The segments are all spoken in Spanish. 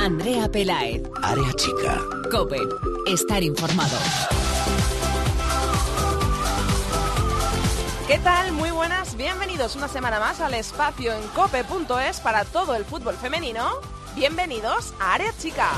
Andrea Peláez. Área Chica. COPE. Estar informado. ¿Qué tal? Muy buenas, bienvenidos una semana más al espacio en cope.es para todo el fútbol femenino. Bienvenidos a Área Chica.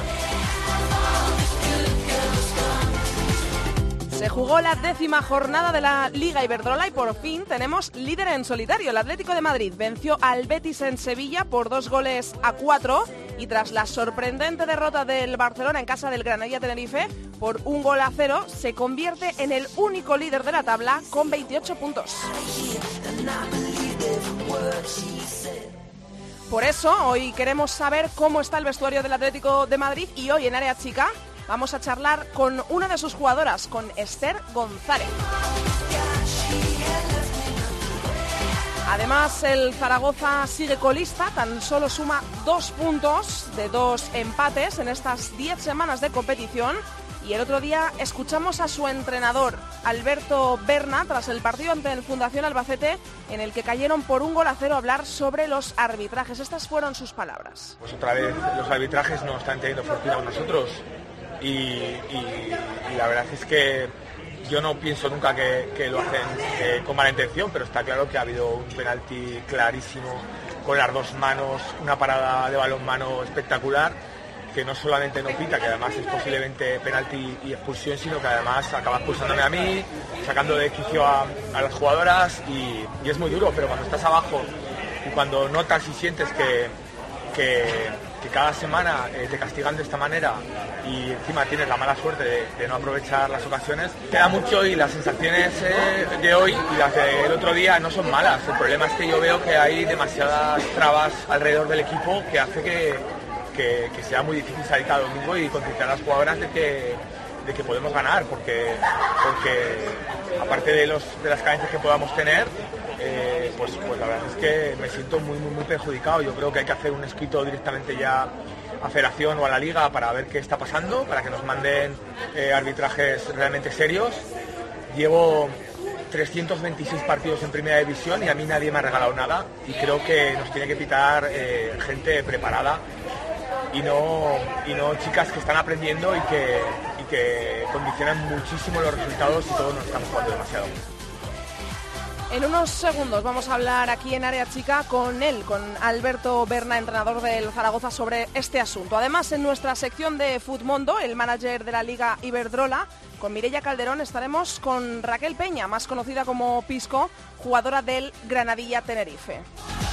Se jugó la 10ª jornada de la Liga Iberdrola y por fin tenemos líder en solitario. El Atlético de Madrid venció al Betis en Sevilla por 2-4 y tras la sorprendente derrota del Barcelona en casa del Granadilla Tenerife por 1-0 se convierte en el único líder de la tabla con 28 puntos. Por eso hoy queremos saber cómo está el vestuario del Atlético de Madrid y hoy en Área Chica vamos a charlar con una de sus jugadoras, con Esther González. Además, el Zaragoza sigue colista, tan solo suma 2 puntos de 2 empates en estas 10 semanas de competición. Y el otro día escuchamos a su entrenador, Alberto Berna, tras el partido ante el Fundación Albacete, en el que cayeron por 1-0, hablar sobre los arbitrajes. Estas fueron sus palabras. Pues otra vez los arbitrajes no están teniendo fortuna con nosotros. Y la verdad es que yo no pienso nunca que lo hacen con mala intención, pero está claro que ha habido un penalti clarísimo con las dos manos, una parada de balonmano espectacular, que no solamente no pita, que además es posiblemente penalti y expulsión, sino que además acaba expulsándome a mí, sacando de quicio a las jugadoras y es muy duro, pero cuando estás abajo y cuando notas y sientes que cada semana te castigan de esta manera y encima tienes la mala suerte de no aprovechar las ocasiones, queda mucho y las sensaciones de hoy y las del otro día no son malas. El problema es que yo veo que hay demasiadas trabas alrededor del equipo que hace que sea muy difícil salir cada domingo y concienciar a las jugadoras de que podemos ganar, porque aparte de las carencias que podamos tener, pues la verdad es que me siento muy perjudicado. Yo creo que hay que hacer un escrito directamente ya a Federación o a la Liga para ver qué está pasando, para que nos manden arbitrajes realmente serios. Llevo 326 partidos en Primera División y a mí nadie me ha regalado nada, y creo que nos tiene que pitar gente preparada y no chicas que están aprendiendo y que condicionan muchísimo los resultados y todos nos estamos jugando demasiado. En unos segundos vamos a hablar aquí en Área Chica con Alberto Berna, entrenador del Zaragoza, sobre este asunto. Además, en nuestra sección de Futmundo, el manager de la Liga Iberdrola, con Mireia Calderón, estaremos con Raquel Peña, más conocida como Pisco, jugadora del Granadilla Tenerife.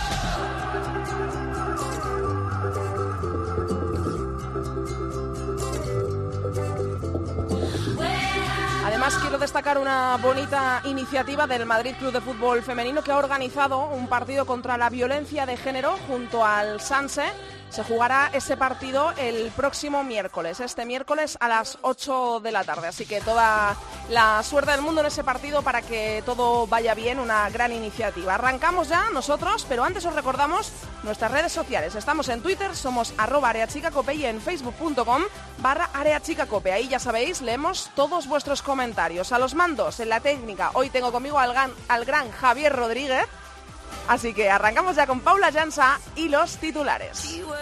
Además, quiero destacar una bonita iniciativa del Madrid Club de Fútbol Femenino, que ha organizado un partido contra la violencia de género junto al Sanse. Se jugará ese partido el próximo miércoles, este miércoles a las 8 de la tarde. Así que toda la suerte del mundo en ese partido para que todo vaya bien, una gran iniciativa. Arrancamos ya nosotros, pero antes os recordamos nuestras redes sociales. Estamos en Twitter, somos @areachicacope y en facebook.com/areachicacope. Ahí ya sabéis, leemos todos vuestros comentarios. A los mandos, en la técnica, hoy tengo conmigo al gran Javier Rodríguez. Así que arrancamos ya con Paula Llança y los titulares.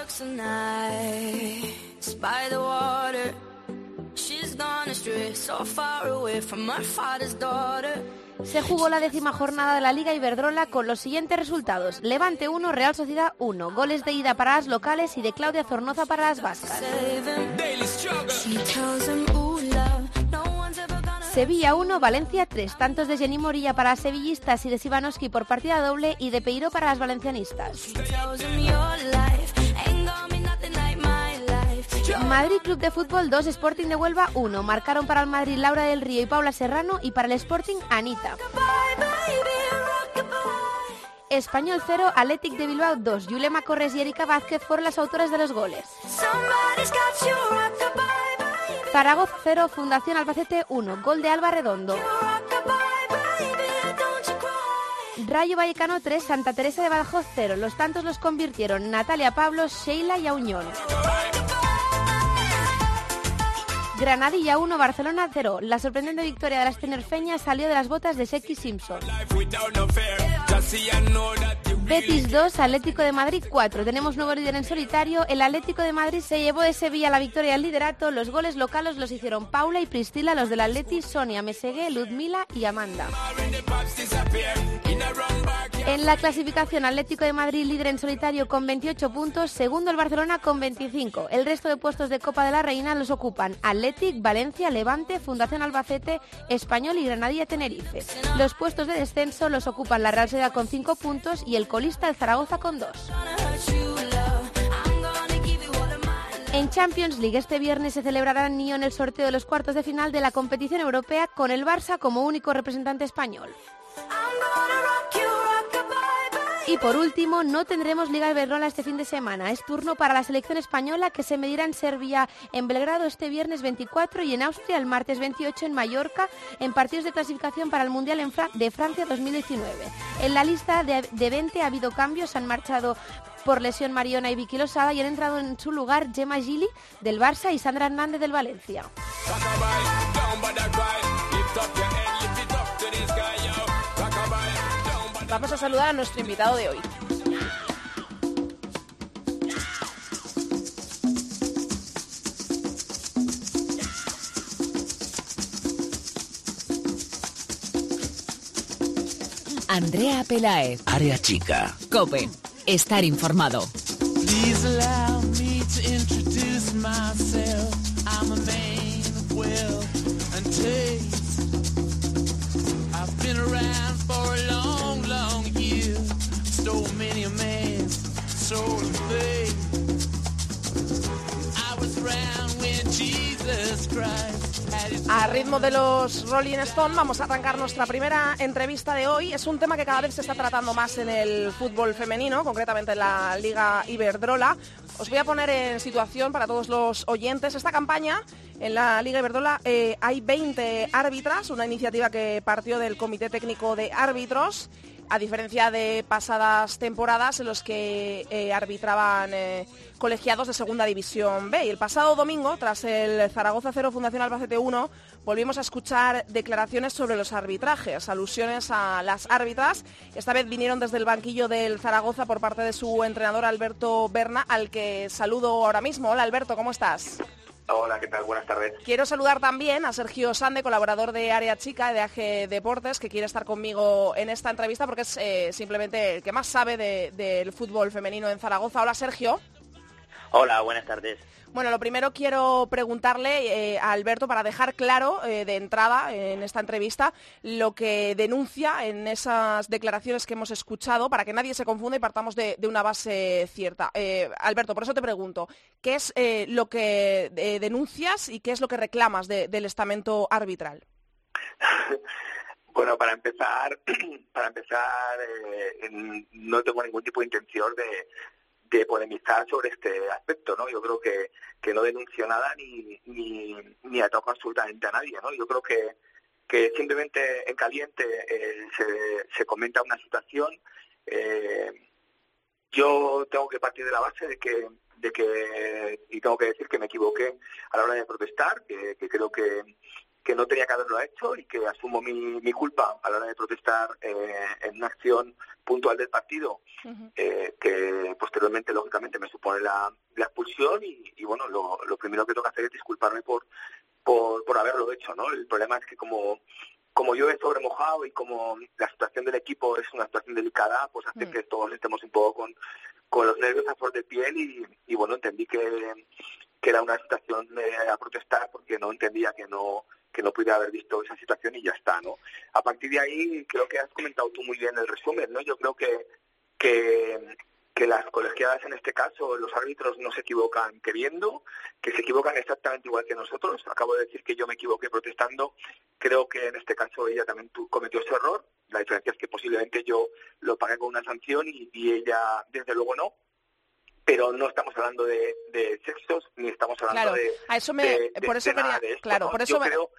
Se jugó la 10ª jornada de la Liga Iberdrola con los siguientes resultados: Levante 1, Real Sociedad 1, goles de ida para las locales y de Claudia Zornoza para las vascas. Sevilla 1, Valencia 3, tantos de Jenny Morilla para las sevillistas y de Sivanowski por partida doble y de Peiro para las valencianistas. Madrid Club de Fútbol 2, Sporting de Huelva 1, marcaron para el Madrid Laura del Río y Paula Serrano y para el Sporting Anita. Español 0, Athletic de Bilbao 2, Yulema Corres y Erika Vázquez fueron las autoras de los goles. Zaragoza 0, Fundación Albacete 1, gol de Alba Redondo. Rayo Vallecano 3, Santa Teresa de Badajoz 0, los tantos los convirtieron Natalia Pablos, Sheila y Auñón. Granadilla 1, Barcelona 0. La sorprendente victoria de las tinerfeñas salió de las botas de Seki Simpson. Betis 2, Atlético de Madrid 4. Tenemos nuevo líder en solitario. El Atlético de Madrid se llevó de Sevilla la victoria al liderato. Los goles locales los hicieron Paula y Priscila, los del Atleti Sonia, Mesegué, Ludmila y Amanda. En la clasificación, Atlético de Madrid líder en solitario con 28 puntos, segundo el Barcelona con 25. El resto de puestos de Copa de la Reina los ocupan Athletic, Valencia, Levante, Fundación Albacete, Español y Granadilla Tenerife. Los puestos de descenso los ocupan la Real Sociedad con 5 puntos y el colista el Zaragoza con 2. En Champions League este viernes se celebrará en Nyon el sorteo de los cuartos de final de la competición europea con el Barça como único representante español. Y por último, no tendremos Liga Iberdrola este fin de semana. Es turno para la selección española que se medirá en Serbia, en Belgrado este viernes 24 y en Austria el martes 28 en Mallorca en partidos de clasificación para el Mundial de Francia 2019. En la lista de 20 ha habido cambios, han marchado por lesión Mariona y Vicky Losada y han entrado en su lugar Gemma Gili del Barça y Sandra Hernández del Valencia. Vamos a saludar a nuestro invitado de hoy. Andrea Peláez. Área chica. COPE. Estar informado. Please allow me to introduce myself. I'm a man of wealth and taste. I've been around for a long, long year. Stole many a man's soul of faith. I was around when Jesus Christ. A ritmo de los Rolling Stone vamos a arrancar nuestra primera entrevista de hoy. Es un tema que cada vez se está tratando más en el fútbol femenino, concretamente en la Liga Iberdrola. Os voy a poner en situación para todos los oyentes. Esta campaña en la Liga Iberdrola hay 20 árbitras, una iniciativa que partió del Comité Técnico de Árbitros, a diferencia de pasadas temporadas en los que arbitraban colegiados de Segunda División B. Y el pasado domingo, tras el Zaragoza 0, Fundación Albacete 1, volvimos a escuchar declaraciones sobre los arbitrajes, alusiones a las árbitras. Esta vez vinieron desde el banquillo del Zaragoza por parte de su entrenador Alberto Berna, al que saludo ahora mismo. Hola Alberto, ¿cómo estás? Hola, ¿qué tal? Buenas tardes. Quiero saludar también a Sergio Sande, colaborador de Área Chica de AG Deportes, que quiere estar conmigo en esta entrevista porque es simplemente el que más sabe del fútbol femenino en Zaragoza. Hola, Sergio. Hola, buenas tardes. Bueno, lo primero quiero preguntarle a Alberto, para dejar claro de entrada en esta entrevista lo que denuncia en esas declaraciones que hemos escuchado, para que nadie se confunda y partamos de una base cierta. Alberto, por eso te pregunto, ¿qué es lo que denuncias y qué es lo que reclamas del estamento arbitral? Bueno, para empezar, no tengo ningún tipo de intención de polemizar sobre este aspecto, ¿no? Yo creo que no denuncio nada ni ataco absolutamente a nadie, ¿no? Yo creo que simplemente en caliente se comenta una situación. Yo tengo que partir de la base de que y tengo que decir que me equivoqué a la hora de protestar, que creo que no tenía que haberlo hecho y que asumo mi culpa a la hora de protestar en una acción puntual del partido, que posteriormente, lógicamente, me supone la expulsión y bueno, lo primero que tengo que hacer es disculparme por haberlo hecho, ¿no? El problema es que como yo he sobremojado y como la situación del equipo es una situación delicada, pues hace que todos estemos un poco con los nervios a flor de piel y bueno, entendí que era una situación a protestar porque no entendía que no pudiera haber visto esa situación y ya está, ¿no? A partir de ahí, creo que has comentado tú muy bien el resumen, ¿no? Yo creo que las colegiadas, en este caso, los árbitros no se equivocan queriendo, que se equivocan exactamente igual que nosotros. Acabo de decir que yo me equivoqué protestando. Creo que en este caso ella también cometió ese error. La diferencia es que posiblemente yo lo pagué con una sanción y ella, desde luego, no. Pero no estamos hablando de sexos ni estamos hablando claro, de a eso por eso nada quería, de esto, claro, ¿no? por eso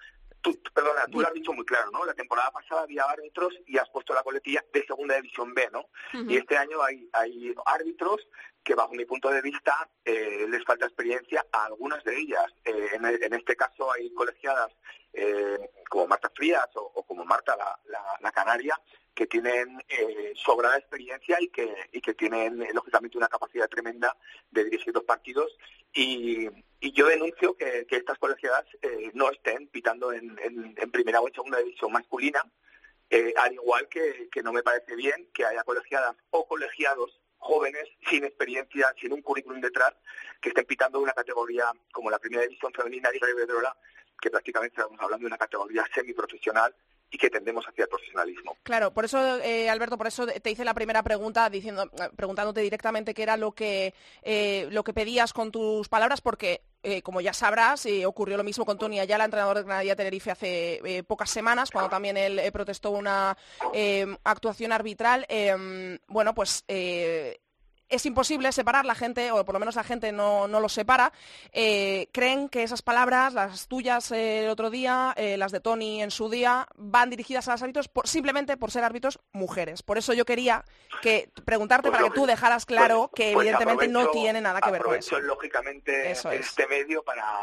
tú lo has dicho muy claro, ¿no? La temporada pasada había árbitros y has puesto la coletilla de Segunda División B, ¿no? Uh-huh. Y este año hay árbitros que, bajo mi punto de vista, les falta experiencia a algunas de ellas. En este caso hay colegiadas como Marta Frías o como Marta la Canaria, que tienen sobrada experiencia y que tienen, lógicamente, una capacidad tremenda de dirigir los partidos. Y yo denuncio que estas colegiadas no estén pitando en primera o en segunda división masculina, al igual que no me parece bien que haya colegiadas o colegiados jóvenes sin experiencia, sin un currículum detrás, que estén pitando una categoría como la primera división femenina Liga Iberdrola, que prácticamente estamos hablando de una categoría semiprofesional y que tendemos hacia el profesionalismo. Claro, por eso, Alberto, por eso te hice la primera pregunta preguntándote directamente qué era lo que pedías con tus palabras, porque como ya sabrás, ocurrió lo mismo con Tony Ayala, entrenador de Granadilla Tenerife, hace pocas semanas, cuando también él protestó una actuación arbitral. Es imposible separar la gente, o por lo menos la gente no lo separa. Creen que esas palabras, las tuyas el otro día, las de Tony en su día, van dirigidas a los árbitros simplemente por ser árbitros mujeres. Por eso yo quería preguntarte para que tú dejaras claro que evidentemente no tiene nada que ver con eso. Lógicamente, este medio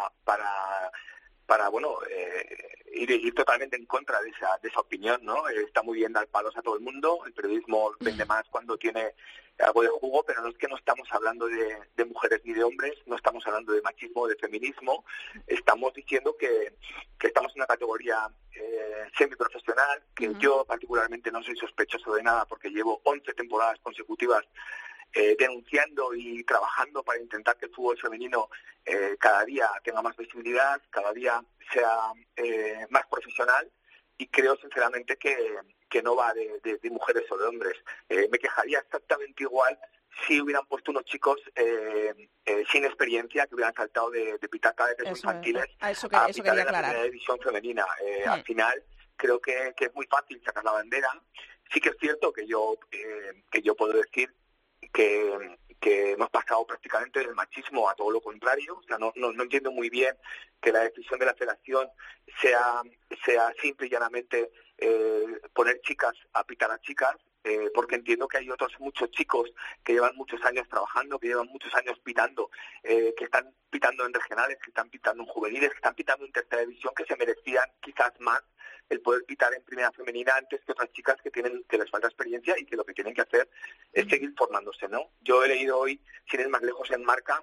para ir totalmente en contra de esa opinión, ¿no? Está muy bien dar palos a todo el mundo, el periodismo vende más cuando tiene algo de jugo, pero no es que no estamos hablando de mujeres ni de hombres, no estamos hablando de machismo, de feminismo, estamos diciendo que estamos en una categoría semiprofesional, que yo particularmente no soy sospechoso de nada porque llevo 11 temporadas consecutivas denunciando y trabajando para intentar que el fútbol femenino cada día tenga más visibilidad, cada día sea más profesional, y creo sinceramente que no va de mujeres o de hombres. Me quejaría exactamente igual si hubieran puesto unos chicos sin experiencia, que hubieran saltado de pitar cadetes infantiles a pitar en la primera división femenina. Al final creo que es muy fácil sacar la bandera. Sí que es cierto que yo puedo decir que hemos pasado prácticamente del machismo a todo lo contrario. O sea, no entiendo muy bien que la decisión de la federación sea simple y llanamente poner chicas a pitar a chicas, porque entiendo que hay otros muchos chicos que llevan muchos años trabajando, que llevan muchos años pitando, que están pitando en regionales, que están pitando en juveniles, que están pitando en tercera división, que se merecían quizás más el poder pitar en primera femenina antes que otras chicas que les falta experiencia y que lo que tienen que hacer es seguir formándose, ¿no? Yo he leído hoy, sin ir más lejos, en Marca,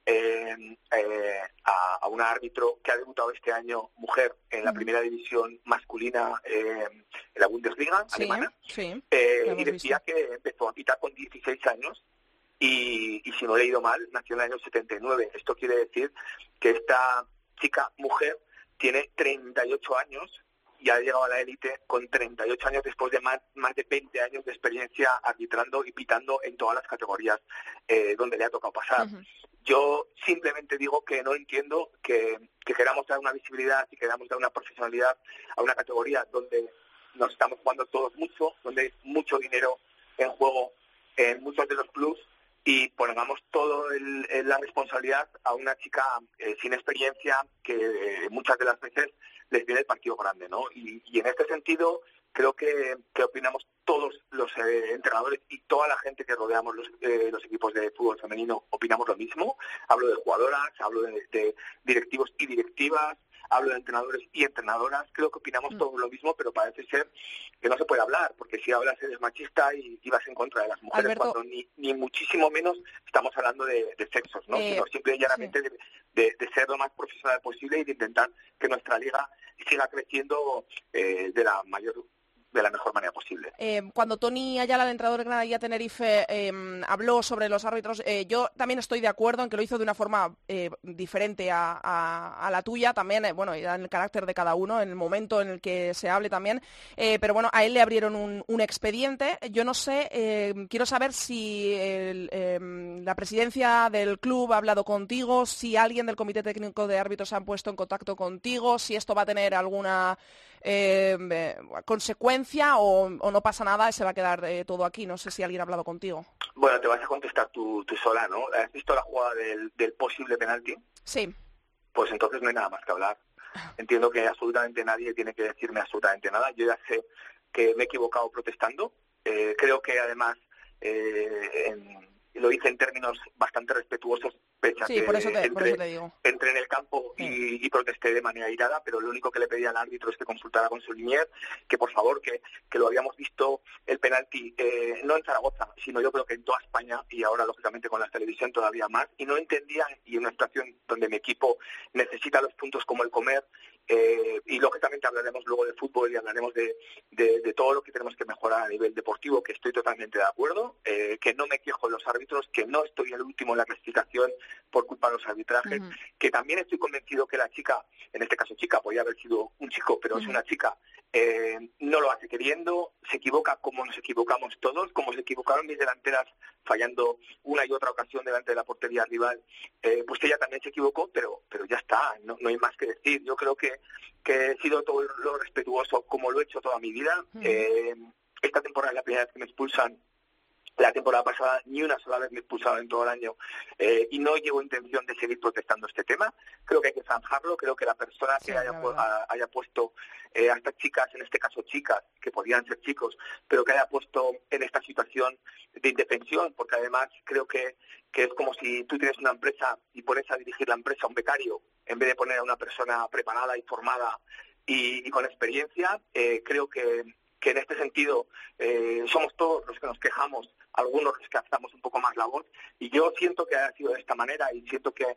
a un árbitro que ha debutado este año, mujer, en la primera división masculina en la Bundesliga alemana, y decía que empezó a pitar con 16 años y si no he leído mal, nació en el año 79. Esto quiere decir que esta chica, mujer, tiene 38 años y ha llegado a la élite con 38 años después de más de 20 años de experiencia arbitrando y pitando en todas las categorías donde le ha tocado pasar. Yo simplemente digo que no entiendo que queramos dar una visibilidad y queramos dar una profesionalidad a una categoría donde nos estamos jugando todos mucho, donde hay mucho dinero en juego en muchos de los clubs, y pongamos toda la responsabilidad a una chica sin experiencia que muchas de las veces les viene el partido grande, ¿no? Y en este sentido creo que opinamos todos los entrenadores y toda la gente que rodeamos los equipos de fútbol femenino, opinamos lo mismo. Hablo de jugadoras, hablo de directivos y directivas, hablo de entrenadores y entrenadoras. Creo que opinamos todos lo mismo, pero parece ser que no se puede hablar, porque si hablas eres machista y vas en contra de las mujeres, Alberto, cuando ni muchísimo menos estamos hablando de sexos, ¿no? Sino simple y llanamente de ser lo más profesional posible y de intentar que nuestra liga siga creciendo de la mejor manera posible. Cuando Tony Ayala, el entrenador de Granadilla Tenerife, habló sobre los árbitros, yo también estoy de acuerdo en que lo hizo de una forma diferente a la tuya, también, en el carácter de cada uno, en el momento en el que se hable también, pero bueno, a él le abrieron un expediente. Yo no sé, quiero saber si la presidencia del club ha hablado contigo, si alguien del Comité Técnico de Árbitros se han puesto en contacto contigo, si esto va a tener alguna consecuencia o no pasa nada y se va a quedar todo aquí. No sé si alguien ha hablado contigo. Bueno, te vas a contestar tú sola, ¿no? ¿Has visto la jugada del posible penalti? Sí. Pues entonces no hay nada más que hablar. entiendo que absolutamente nadie tiene que decirme absolutamente nada. Yo ya sé que me he equivocado protestando. Creo que además lo hice en términos bastante respetuosos, pese a que por eso te digo. Entré en el campo y protesté de manera irada, pero lo único que le pedí al árbitro es que consultara con su linier, que por favor, que lo habíamos visto el penalti, no en Zaragoza, sino yo creo que en toda España, y ahora lógicamente con la televisión todavía más, y no entendían, y en una situación donde mi equipo necesita los puntos como el comer, y lógicamente hablaremos luego de fútbol y hablaremos de todo lo que tenemos que mejorar a nivel deportivo, que estoy totalmente de acuerdo, que no me quejo de los árbitros, que no estoy el último en la clasificación por culpa de los arbitrajes, que también estoy convencido que la chica, en este caso chica, podría haber sido un chico, pero es una chica, no lo hace queriendo, se equivoca como nos equivocamos todos, como se equivocaron mis delanteras fallando una y otra ocasión delante de la portería rival, pues ella también se equivocó, pero ya está, no hay más que decir. Yo creo que he sido todo lo respetuoso como lo he hecho toda mi vida. Esta temporada es la primera vez que me expulsan. La temporada pasada ni una sola vez me expulsaron en todo el año y no llevo intención de seguir protestando este tema. Creo que hay que zanjarlo. Creo que la persona que haya puesto a estas chicas, en este caso chicas, que podían ser chicos, pero que haya puesto en esta situación de indefensión, porque además creo que es como si tú tienes una empresa y pones a dirigir la empresa a un becario en vez de poner a una persona preparada y formada y con experiencia. Creo que en este sentido somos todos los que nos quejamos, algunos los que alzamos un poco más la voz, y yo siento que ha sido de esta manera y siento que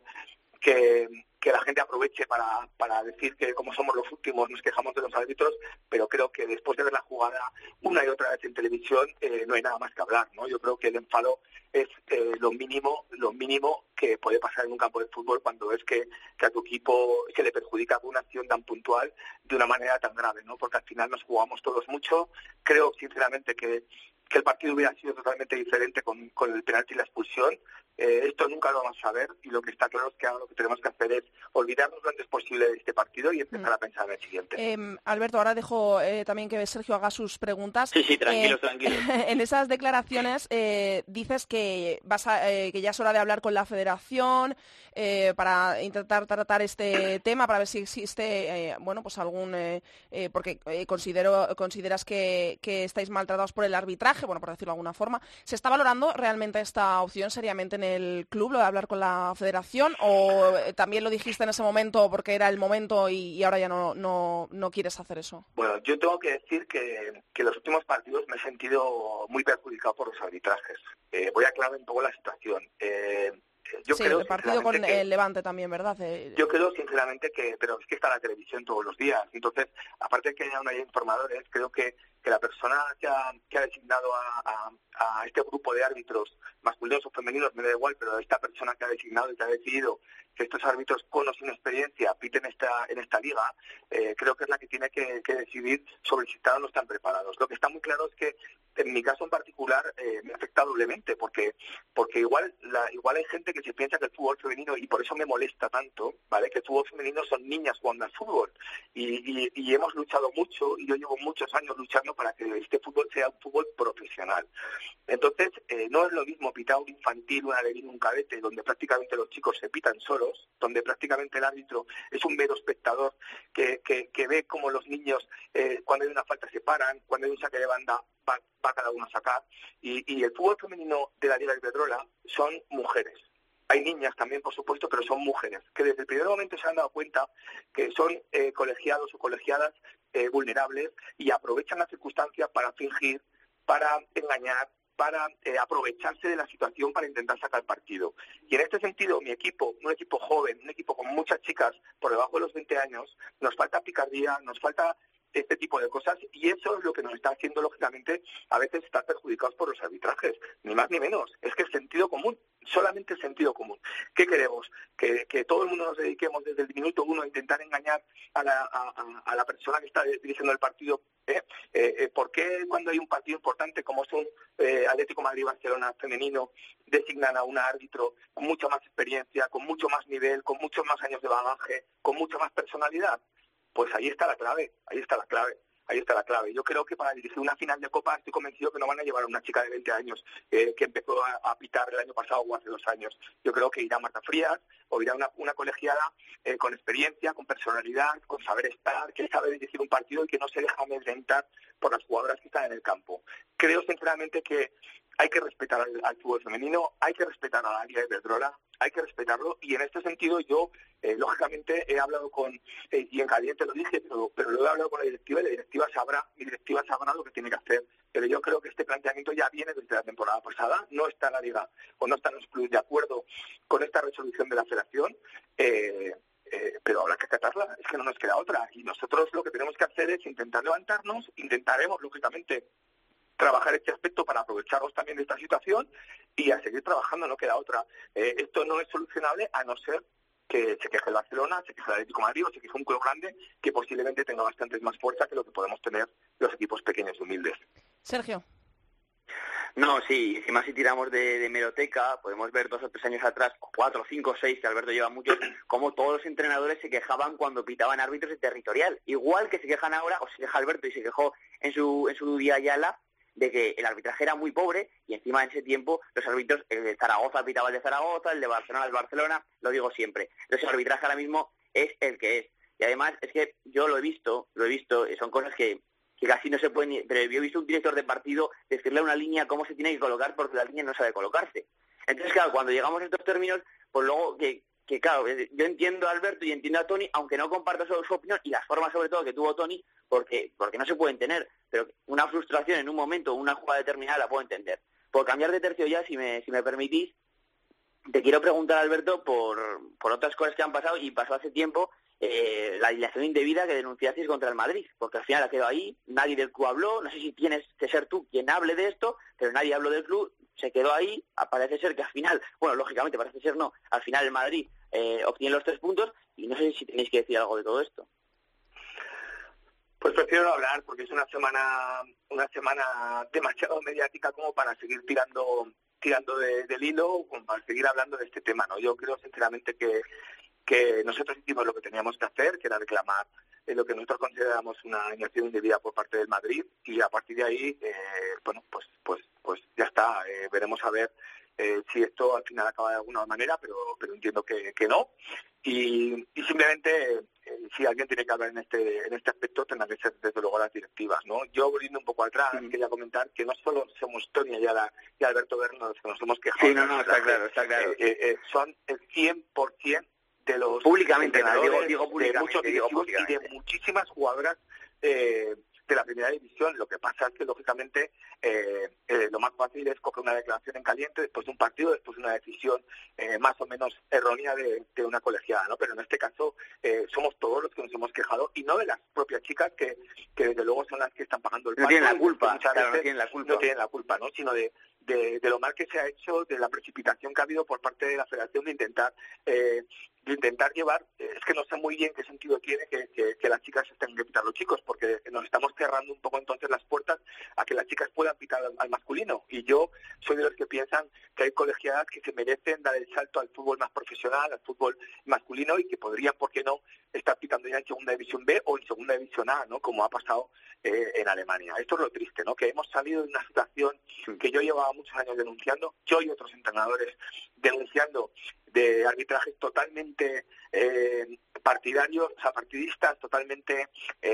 la gente aproveche para decir que como somos los últimos nos quejamos de los árbitros, pero creo que después de ver la jugada una y otra vez en televisión no hay nada más que hablar, ¿no? Yo creo que el enfado es lo mínimo que puede pasar en un campo de fútbol cuando es que a tu equipo se le perjudica con una acción tan puntual de una manera tan grave, ¿no? Porque al final nos jugamos todos mucho. Creo sinceramente que el partido hubiera sido totalmente diferente con el penalti y la expulsión. Esto nunca lo vamos a ver y lo que está claro es que ahora lo que tenemos que hacer es olvidarnos lo antes posible de este partido y empezar a pensar en el siguiente. Alberto, ahora dejo también que Sergio haga sus preguntas. Sí, tranquilos. En esas declaraciones dices que que ya es hora de hablar con la Federación para intentar tratar este tema, para ver si existe pues algún porque consideras que estáis maltratados por el arbitraje, por decirlo de alguna forma. ¿Se está valorando realmente esta opción seriamente en el club, lo de hablar con la Federación, o también lo dijiste en ese momento porque era el momento y ahora ya no quieres hacer eso? Bueno, yo tengo que decir que en los últimos partidos me he sentido muy perjudicado por los arbitrajes. Voy a aclarar un poco la situación. Creo, el partido con el Levante también, ¿verdad? Yo creo sinceramente pero es que está la televisión todos los días. Entonces, aparte de que haya informadores, creo que la persona que ha designado a este grupo de árbitros, masculinos o femeninos, me da igual, pero esta persona que ha designado y que ha decidido que estos árbitros con o sin experiencia piten en esta liga, creo que es la que tiene que decidir sobre si están o no están preparados. Lo que está muy claro es que en mi caso en particular me afecta doblemente, porque igual hay gente que se piensa que el fútbol femenino, y por eso me molesta tanto, ¿vale? Que el fútbol femenino son niñas jugando al fútbol, y hemos luchado mucho, y yo llevo muchos años luchando para que este fútbol sea un fútbol profesional. Entonces, no es lo mismo pitar un infantil, un alevín, un cadete, donde prácticamente los chicos se pitan solos, donde prácticamente el árbitro es un mero espectador que ve cómo los niños, cuando hay una falta se paran, cuando hay un saque de banda va cada uno a sacar, y el fútbol femenino de la Liga Iberdrola son mujeres. Hay niñas también, por supuesto, pero son mujeres, que desde el primer momento se han dado cuenta que son colegiados o colegiadas vulnerables y aprovechan las circunstancias para fingir, para engañar, para aprovecharse de la situación para intentar sacar partido. Y en este sentido, mi equipo, un equipo joven, un equipo con muchas chicas por debajo de los 20 años, nos falta picardía, nos falta este tipo de cosas, y eso es lo que nos está haciendo, lógicamente, a veces estar perjudicados por los arbitrajes, ni más ni menos. Es que es sentido común, solamente sentido común. ¿Qué queremos? Que todo el mundo nos dediquemos desde el minuto uno a intentar engañar a la persona que está dirigiendo el partido. ¿Por qué cuando hay un partido importante como es un Atlético Madrid-Barcelona femenino designan a un árbitro con mucha más experiencia, con mucho más nivel, con muchos más años de bagaje, con mucha más personalidad? Pues ahí está la clave, Ahí está la clave. Yo creo que para dirigir una final de Copa estoy convencido que no van a llevar a una chica de 20 años que empezó a pitar el año pasado o hace 2 años. Yo creo que irá Marta Frías o irá una colegiada con experiencia, con personalidad, con saber estar, que sabe dirigir un partido y que no se deja amedrentar por las jugadoras que están en el campo. Creo sinceramente que hay que respetar al fútbol femenino, hay que respetar a la Liga Iberdrola, hay que respetarlo, y en este sentido yo, lógicamente, he hablado y en caliente lo dije, pero lo he hablado con la directiva, y mi directiva sabrá lo que tiene que hacer. Pero yo creo que este planteamiento ya viene desde la temporada pasada, no está la Liga o no están los clubes de acuerdo con esta resolución de la Federación, pero habrá que acatarla, es que no nos queda otra, y nosotros lo que tenemos que hacer es intentar levantarnos, intentaremos, lógicamente, trabajar este aspecto para aprovecharnos también de esta situación y a seguir trabajando, no queda otra. Esto no es solucionable a no ser que se queje el Barcelona, se queje el Atlético de Madrid o se queje un club grande que posiblemente tenga bastante más fuerza que lo que podemos tener los equipos pequeños y humildes. Sergio. No, sí, encima si tiramos de hemeroteca, podemos ver 2 o 3 años atrás, 4, 5, 6, que Alberto lleva muchos, como todos los entrenadores se quejaban cuando pitaban árbitros de territorial. Igual que se quejan ahora, o se queja Alberto y se quejó en su día Ayala, de que el arbitraje era muy pobre y encima en ese tiempo los árbitros, el de Zaragoza pitaba el de Zaragoza, el de Barcelona el Barcelona, lo digo siempre. Entonces el arbitraje ahora mismo es el que es. Y además es que yo lo he visto, son cosas que casi no se pueden, pero yo he visto un director de partido decirle a una línea cómo se tiene que colocar porque la línea no sabe colocarse. Entonces, claro, cuando llegamos a estos términos, pues luego que claro, yo entiendo a Alberto y entiendo a Toni, aunque no comparto su opinión y las formas sobre todo que tuvo Toni, porque no se pueden tener, pero una frustración en un momento, una jugada determinada la puedo entender. Por cambiar de tercio ya, si me permitís, te quiero preguntar, Alberto, por otras cosas que han pasado y pasó hace tiempo, la dilación indebida que denunciasteis contra el Madrid, porque al final ha quedado ahí, nadie del club habló, no sé si tienes que ser tú quien hable de esto, pero nadie habló del club, se quedó ahí, parece ser que al final, bueno, lógicamente parece ser no, al final el Madrid obtiene los 3 puntos y no sé si tenéis que decir algo de todo esto. Pues prefiero no hablar porque es una semana demasiado mediática como para seguir tirando del hilo, como para seguir hablando de este tema, ¿no? Yo creo sinceramente que nosotros hicimos lo que teníamos que hacer, que era reclamar lo que nosotros consideramos una inacción indebida por parte del Madrid, y a partir de ahí, pues ya está, veremos a ver si esto al final acaba de alguna manera, pero entiendo que no, y simplemente si alguien tiene que hablar en este aspecto tendrán que ser desde luego las directivas, ¿no? Yo, volviendo un poco atrás, quería comentar que no solo somos Toni Ayala y Alberto Berno los que nos hemos quejado. Sí, no, está claro. Son el 100% de los públicamente, digo públicamente, de muchos directivos y de muchísimas jugadoras de la primera división. Lo que pasa es que, lógicamente, lo más fácil es coger una declaración en caliente después de un partido, después de una decisión más o menos errónea de una colegiada, ¿no? Pero en este caso somos todos los que nos hemos quejado, y no de las propias chicas que desde luego son las que están pagando el pato. No tienen la culpa, claro, no tienen la culpa, ¿no? Sino de lo mal que se ha hecho, de la precipitación que ha habido por parte de la Federación de intentar llevar, es que no sé muy bien qué sentido tiene que las chicas estén que pitar los chicos, porque nos estamos cerrando un poco entonces las puertas a que las chicas puedan pitar al masculino, y yo soy de los que piensan que hay colegiadas que se merecen dar el salto al fútbol más profesional, al fútbol masculino, y que podrían, ¿por qué no?, estar pitando ya en segunda división B o en segunda división A, ¿no?, como ha pasado en Alemania. Esto es lo triste, ¿no?, que hemos salido de una situación que yo llevaba muchos años denunciando, yo y otros entrenadores denunciando, de arbitrajes totalmente partidarios, o sea, partidistas, totalmente,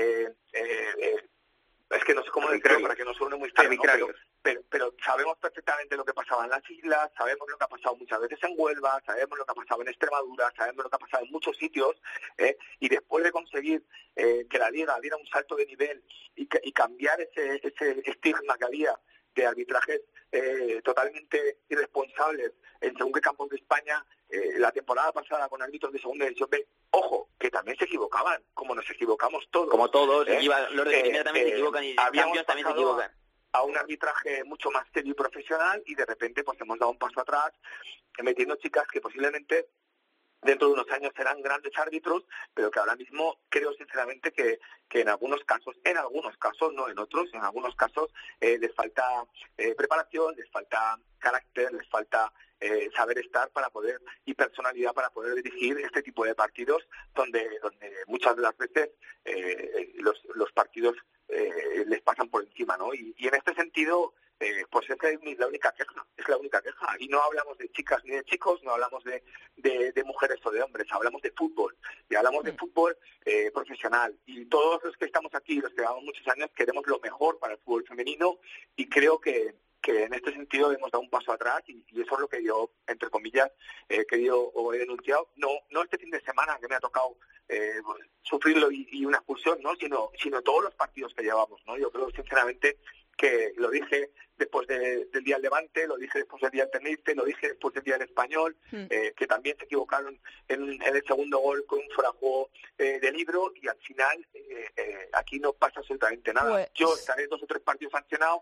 es que no sé cómo decirlo para que no suene muy feo, ¿no? Pero sabemos perfectamente lo que pasaba en las islas, sabemos lo que ha pasado muchas veces en Huelva, sabemos lo que ha pasado en Extremadura, sabemos lo que ha pasado en muchos sitios, y después de conseguir que la Liga diera un salto de nivel y cambiar ese estigma que había de arbitrajes totalmente irresponsables en según qué campos de España, la temporada pasada con árbitros de segunda división B, ojo, que también se equivocaban, como nos equivocamos todos. Como todos, los de primera también se equivocan y Champions también se equivocan. A un arbitraje mucho más serio y profesional, y de repente pues hemos dado un paso atrás, metiendo chicas que posiblemente dentro de unos años serán grandes árbitros, pero que ahora mismo creo sinceramente que en algunos casos, no en otros, en algunos casos les falta preparación, les falta carácter, les falta saber estar para poder, y personalidad para poder dirigir este tipo de partidos donde muchas de las veces los partidos les pasan por encima, ¿no? Y en este sentido, pues esa es la única queja, y no hablamos de chicas ni de chicos, no hablamos de mujeres o de hombres, hablamos de fútbol, y hablamos de fútbol profesional, y todos los que estamos aquí, los que llevamos muchos años, queremos lo mejor para el fútbol femenino, y creo que en este sentido hemos dado un paso atrás, y eso es lo que yo, entre comillas, he querido o he denunciado, no este fin de semana que me ha tocado sufrirlo y una expulsión, ¿no? sino todos los partidos que llevamos, ¿no? Yo creo sinceramente que lo dije después del día del Levante, lo dije después del día del Tenerife, lo dije después del día del Español, que también se equivocaron en el segundo gol con un fuera de juego de Libro, y al final aquí no pasa absolutamente nada. Pues... Yo estaré 2 o 3 partidos sancionados,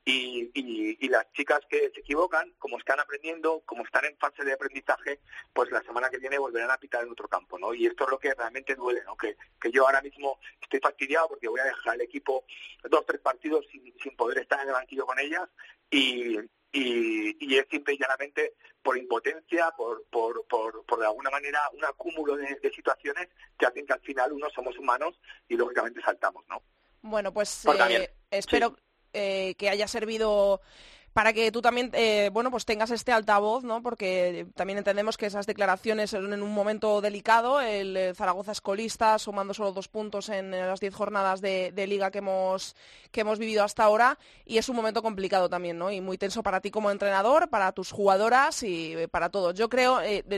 y las chicas que se equivocan, como están aprendiendo, como están en fase de aprendizaje, pues la semana que viene volverán a pitar en otro campo, ¿no? Y esto es lo que realmente duele, ¿no? Que yo ahora mismo estoy fastidiado porque voy a dejar el equipo 2 o 3 partidos sin poder estar en el banquillo con ellas, y es simple y llanamente por impotencia, por de alguna manera un acúmulo de situaciones que hacen que al final uno somos humanos y lógicamente saltamos, ¿no? Bueno, pues Sí. espero que haya servido para que tú también pues tengas este altavoz, ¿no? Porque también entendemos que esas declaraciones en un momento delicado, el Zaragoza es colista, sumando solo 2 puntos en las 10 jornadas de Liga que hemos vivido hasta ahora, y es un momento complicado también, ¿no? Y muy tenso para ti como entrenador, para tus jugadoras y para todos. Yo creo,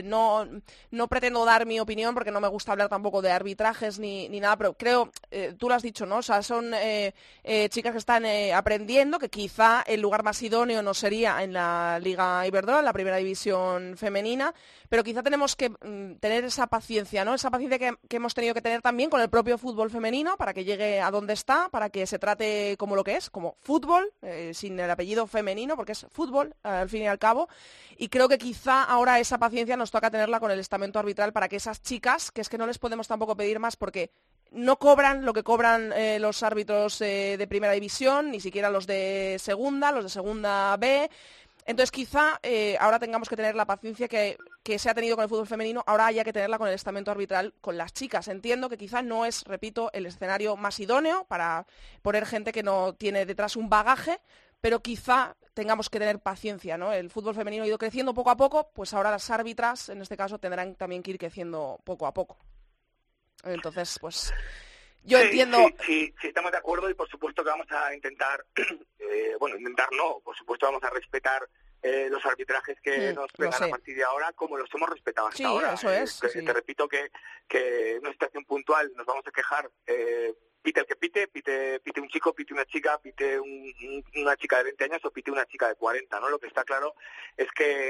no pretendo dar mi opinión porque no me gusta hablar tampoco de arbitrajes ni nada, pero creo, tú lo has dicho, ¿no? O sea, son chicas que están aprendiendo, que quizá el lugar más idóneo no sería en la Liga Iberdrola, en la primera división femenina, pero quizá tenemos que tener esa paciencia, ¿no? Esa paciencia que hemos tenido que tener también con el propio fútbol femenino para que llegue a donde está, para que se trate como lo que es, como fútbol, sin el apellido femenino, porque es fútbol, al fin y al cabo, y creo que quizá ahora esa paciencia nos toca tenerla con el estamento arbitral para que esas chicas, que es que no les podemos tampoco pedir más porque no cobran lo que cobran los árbitros de primera división, ni siquiera los de segunda B. Entonces quizá ahora tengamos que tener la paciencia que se ha tenido con el fútbol femenino, ahora haya que tenerla con el estamento arbitral con las chicas. Entiendo que quizá no es, repito, el escenario más idóneo para poner gente que no tiene detrás un bagaje, pero quizá tengamos que tener paciencia, ¿no? El fútbol femenino ha ido creciendo poco a poco, pues ahora las árbitras, en este caso, tendrán también que ir creciendo poco a poco. Entonces, pues yo entiendo... Sí, estamos de acuerdo, y por supuesto que vamos a intentar, por supuesto vamos a respetar los arbitrajes que nos vengan a partir de ahora, como los hemos respetado hasta ahora. Eso es. Sí. Te repito que en una situación puntual nos vamos a quejar, pite el que pite un chico, pite una chica, pite una chica de 20 años o pite una chica de 40, ¿no? Lo que está claro es que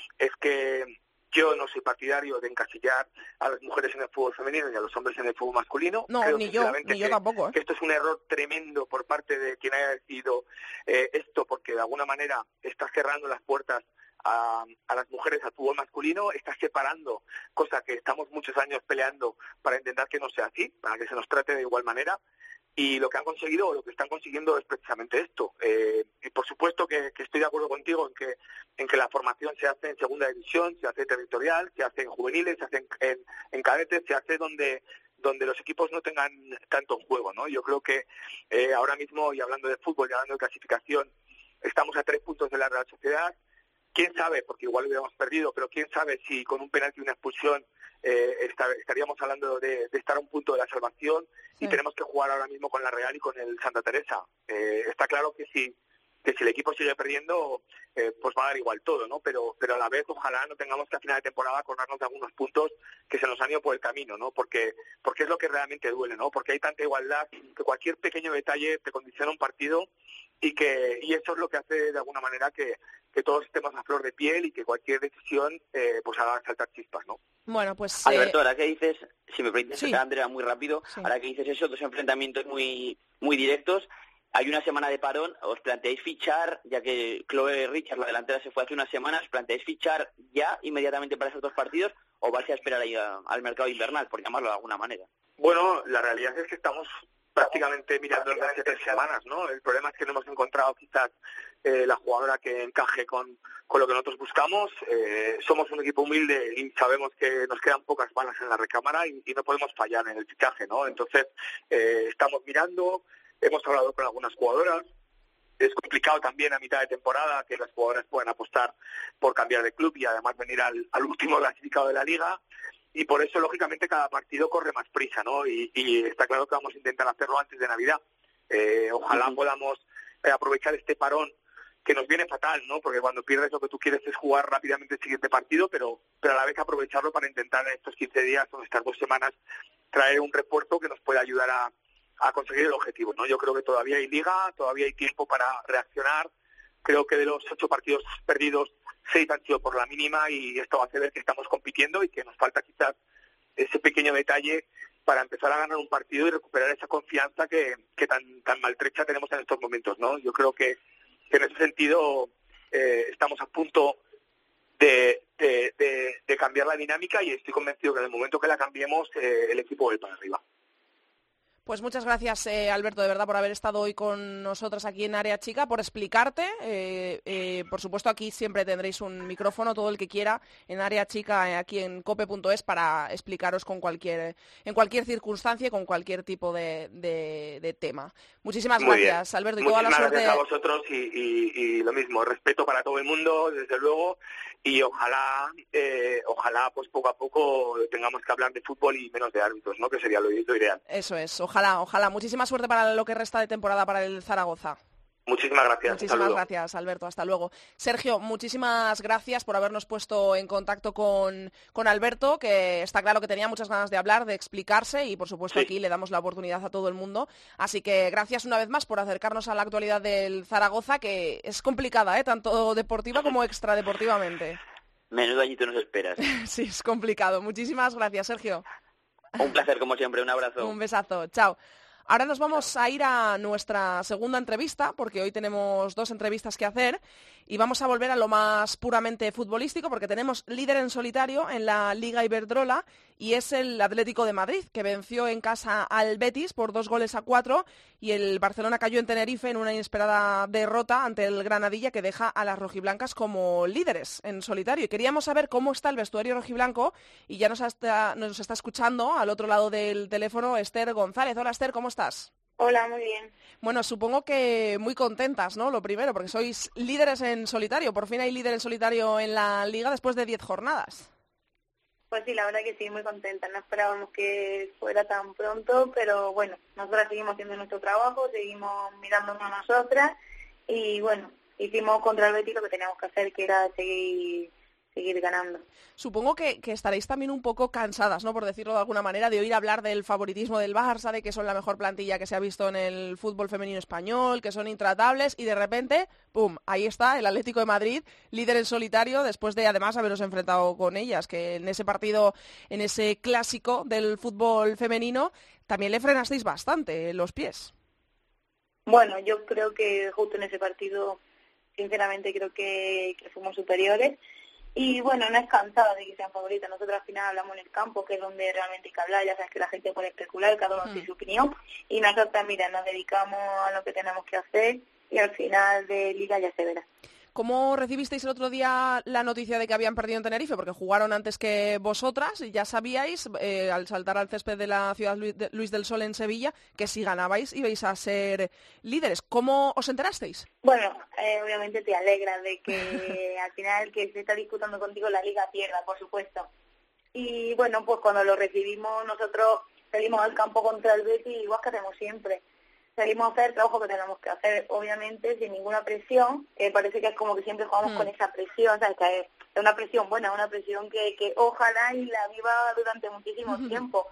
yo no soy partidario de encasillar a las mujeres en el fútbol femenino y a los hombres en el fútbol masculino. No, creo ni yo tampoco. Que esto es un error tremendo por parte de quien haya decidido esto, porque de alguna manera está cerrando las puertas a las mujeres al fútbol masculino, está separando, cosa que estamos muchos años peleando para intentar que no sea así, para que se nos trate de igual manera. Y lo que han conseguido, o lo que están consiguiendo, es precisamente esto. Y por supuesto que estoy de acuerdo contigo en que la formación se hace en segunda división, se hace territorial, se hace en juveniles, se hace en cadetes, se hace donde los equipos no tengan tanto en juego, ¿no? Yo creo que ahora mismo, y hablando de fútbol y hablando de clasificación, estamos a 3 puntos de la Real Sociedad. ¿Quién sabe? Porque igual hubiéramos perdido, pero quién sabe si con un penalti y una expulsión estaríamos hablando de estar a un punto de la salvación. Sí. Y tenemos que jugar ahora mismo con la Real y con el Santa Teresa. Está claro que si el equipo sigue perdiendo, pues va a dar igual todo, ¿no? Pero a la vez ojalá no tengamos que a final de temporada acordarnos de algunos puntos que se nos han ido por el camino, ¿no? Porque es lo que realmente duele, ¿no? Porque hay tanta igualdad que cualquier pequeño detalle te condiciona un partido, y eso es lo que hace de alguna manera que todos estemos a flor de piel y que cualquier decisión pues haga saltar chispas, ¿no? Bueno, pues... Alberto, ahora que dices, si me permites, sí. Andrea, muy rápido, sí. Ahora que dices eso, 2 enfrentamientos muy directos, hay una semana de parón, ¿os planteáis fichar, ya que Chloe Richards, la delantera, se fue hace unas semanas, planteáis fichar ya inmediatamente para esos 2 partidos o vais a esperar ahí al mercado invernal, por llamarlo de alguna manera? Bueno, la realidad es que estamos prácticamente mirando en las 7 semanas, ¿no? El problema es que no hemos encontrado quizás la jugadora que encaje con lo que nosotros buscamos. Somos un equipo humilde y sabemos que nos quedan pocas balas en la recámara y no podemos fallar en el fichaje, ¿no? Entonces, estamos mirando, hemos hablado con algunas jugadoras. Es complicado también a mitad de temporada que las jugadoras puedan apostar por cambiar de club y además venir al último clasificado de la Liga. Y por eso, lógicamente, cada partido corre más prisa, ¿no? Y está claro que vamos a intentar hacerlo antes de Navidad. Ojalá podamos aprovechar este parón que nos viene fatal, ¿no? Porque cuando pierdes lo que tú quieres es jugar rápidamente el siguiente partido, pero a la vez aprovecharlo para intentar en estos 15 días o estas 2 semanas traer un refuerzo que nos pueda ayudar a conseguir el objetivo, ¿no? Yo creo que todavía hay liga, todavía hay tiempo para reaccionar. Creo que de los 8 partidos perdidos, 6 han sido por la mínima y esto va a hacer ver que estamos compitiendo y que nos falta quizás ese pequeño detalle para empezar a ganar un partido y recuperar esa confianza que tan maltrecha tenemos en estos momentos, ¿no? Yo creo que en ese sentido estamos a punto de cambiar la dinámica y estoy convencido que en el momento que la cambiemos el equipo va para arriba. Pues muchas gracias, Alberto, de verdad, por haber estado hoy con nosotros aquí en Área Chica, por explicarte. Por supuesto, aquí siempre tendréis un micrófono, todo el que quiera, en Área Chica, aquí en cope.es, para explicaros en cualquier circunstancia y con cualquier tipo de tema. Muchísimas gracias, Alberto, y toda la suerte. Muchísimas gracias a vosotros y lo mismo, respeto para todo el mundo, desde luego, y ojalá pues poco a poco tengamos que hablar de fútbol y menos de árbitros, ¿no? Que sería lo ideal. Eso es, ojalá. Muchísima suerte para lo que resta de temporada para el Zaragoza. Muchísimas gracias. Muchísimas gracias, Alberto. Hasta luego. Sergio, muchísimas gracias por habernos puesto en contacto con Alberto, que está claro que tenía muchas ganas de hablar, de explicarse y, por supuesto, aquí le damos la oportunidad a todo el mundo. Así que gracias una vez más por acercarnos a la actualidad del Zaragoza, que es complicada, tanto deportiva como extradeportivamente. Menudo añito nos esperas. Sí, es complicado. Muchísimas gracias, Sergio. Un placer, como siempre. Un abrazo. Un besazo. Chao. Ahora nos vamos a ir a nuestra segunda entrevista, porque hoy tenemos 2 entrevistas que hacer y vamos a volver a lo más puramente futbolístico, porque tenemos líder en solitario en la Liga Iberdrola y es el Atlético de Madrid, que venció en casa al Betis por 2-4 y el Barcelona cayó en Tenerife en una inesperada derrota ante el Granadilla, que deja a las rojiblancas como líderes en solitario. Y queríamos saber cómo está el vestuario rojiblanco y ya nos está escuchando al otro lado del teléfono Esther González. Hola, Esther, ¿cómo estás? Hola, muy bien. Bueno, supongo que muy contentas, ¿no? Lo primero, porque sois líderes en solitario. Por fin hay líder en solitario en la Liga después de 10 jornadas. Pues sí, la verdad que sí, muy contenta. No esperábamos que fuera tan pronto, pero bueno, nosotras seguimos haciendo nuestro trabajo, seguimos mirándonos a nosotras y bueno, hicimos contra el Betis lo que teníamos que hacer, que era seguir ganando. Supongo que estaréis también un poco cansadas, ¿no? Por decirlo de alguna manera, de oír hablar del favoritismo del Barça, de que son la mejor plantilla que se ha visto en el fútbol femenino español, que son intratables, y de repente, ¡pum!, ahí está el Atlético de Madrid, líder en solitario, después de además haberos enfrentado con ellas, que en ese partido, en ese clásico del fútbol femenino, también le frenasteis bastante los pies. Bueno, yo creo que justo en ese partido, sinceramente creo que fuimos superiores. Y bueno, no es cansada de que sean favoritas. Nosotros al final hablamos en el campo, que es donde realmente hay que hablar. Ya sabes que la gente puede especular, cada uno tiene su opinión. Y nosotros, mira, nos dedicamos a lo que tenemos que hacer y al final de Liga ya se verá. ¿Cómo recibisteis el otro día la noticia de que habían perdido en Tenerife? Porque jugaron antes que vosotras y ya sabíais, al saltar al césped de la ciudad Luis del Sol en Sevilla, que si ganabais ibais a ser líderes. ¿Cómo os enterasteis? Bueno, obviamente te alegras de que al final el que se está disputando contigo la Liga pierda, por supuesto. Y bueno, pues cuando lo recibimos nosotros salimos al campo contra el Betis igual que hacemos siempre. Salimos a hacer el trabajo que tenemos que hacer, obviamente, sin ninguna presión. Parece que es como que siempre jugamos con esa presión, ¿sabes? Que es una presión buena, una presión que ojalá y la viva durante muchísimo tiempo.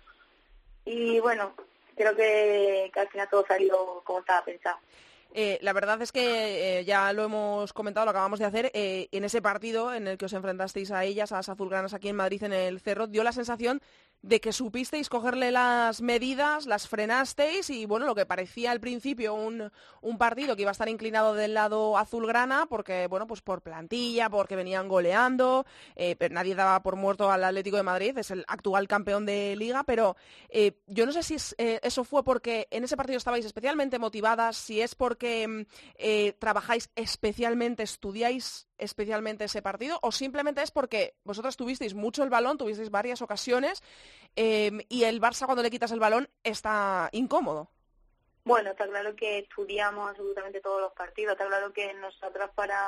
Y bueno, creo que al final todo salió como estaba pensado. La verdad es que ya lo hemos comentado, lo acabamos de hacer, en ese partido en el que os enfrentasteis a ellas, a las azulgranas aquí en Madrid, en el Cerro, dio la sensación de que supisteis cogerle las medidas, las frenasteis y bueno, lo que parecía al principio un partido que iba a estar inclinado del lado azulgrana porque, bueno, pues por plantilla, porque venían goleando, pero nadie daba por muerto al Atlético de Madrid, es el actual campeón de Liga, pero yo no sé si eso fue porque en ese partido estabais especialmente motivadas, si es porque trabajáis especialmente, estudiáis especialmente ese partido o simplemente es porque vosotras tuvisteis mucho el balón, tuvisteis varias ocasiones y el Barça cuando le quitas el balón está incómodo. Bueno, está claro que estudiamos absolutamente todos los partidos. Está claro que nosotros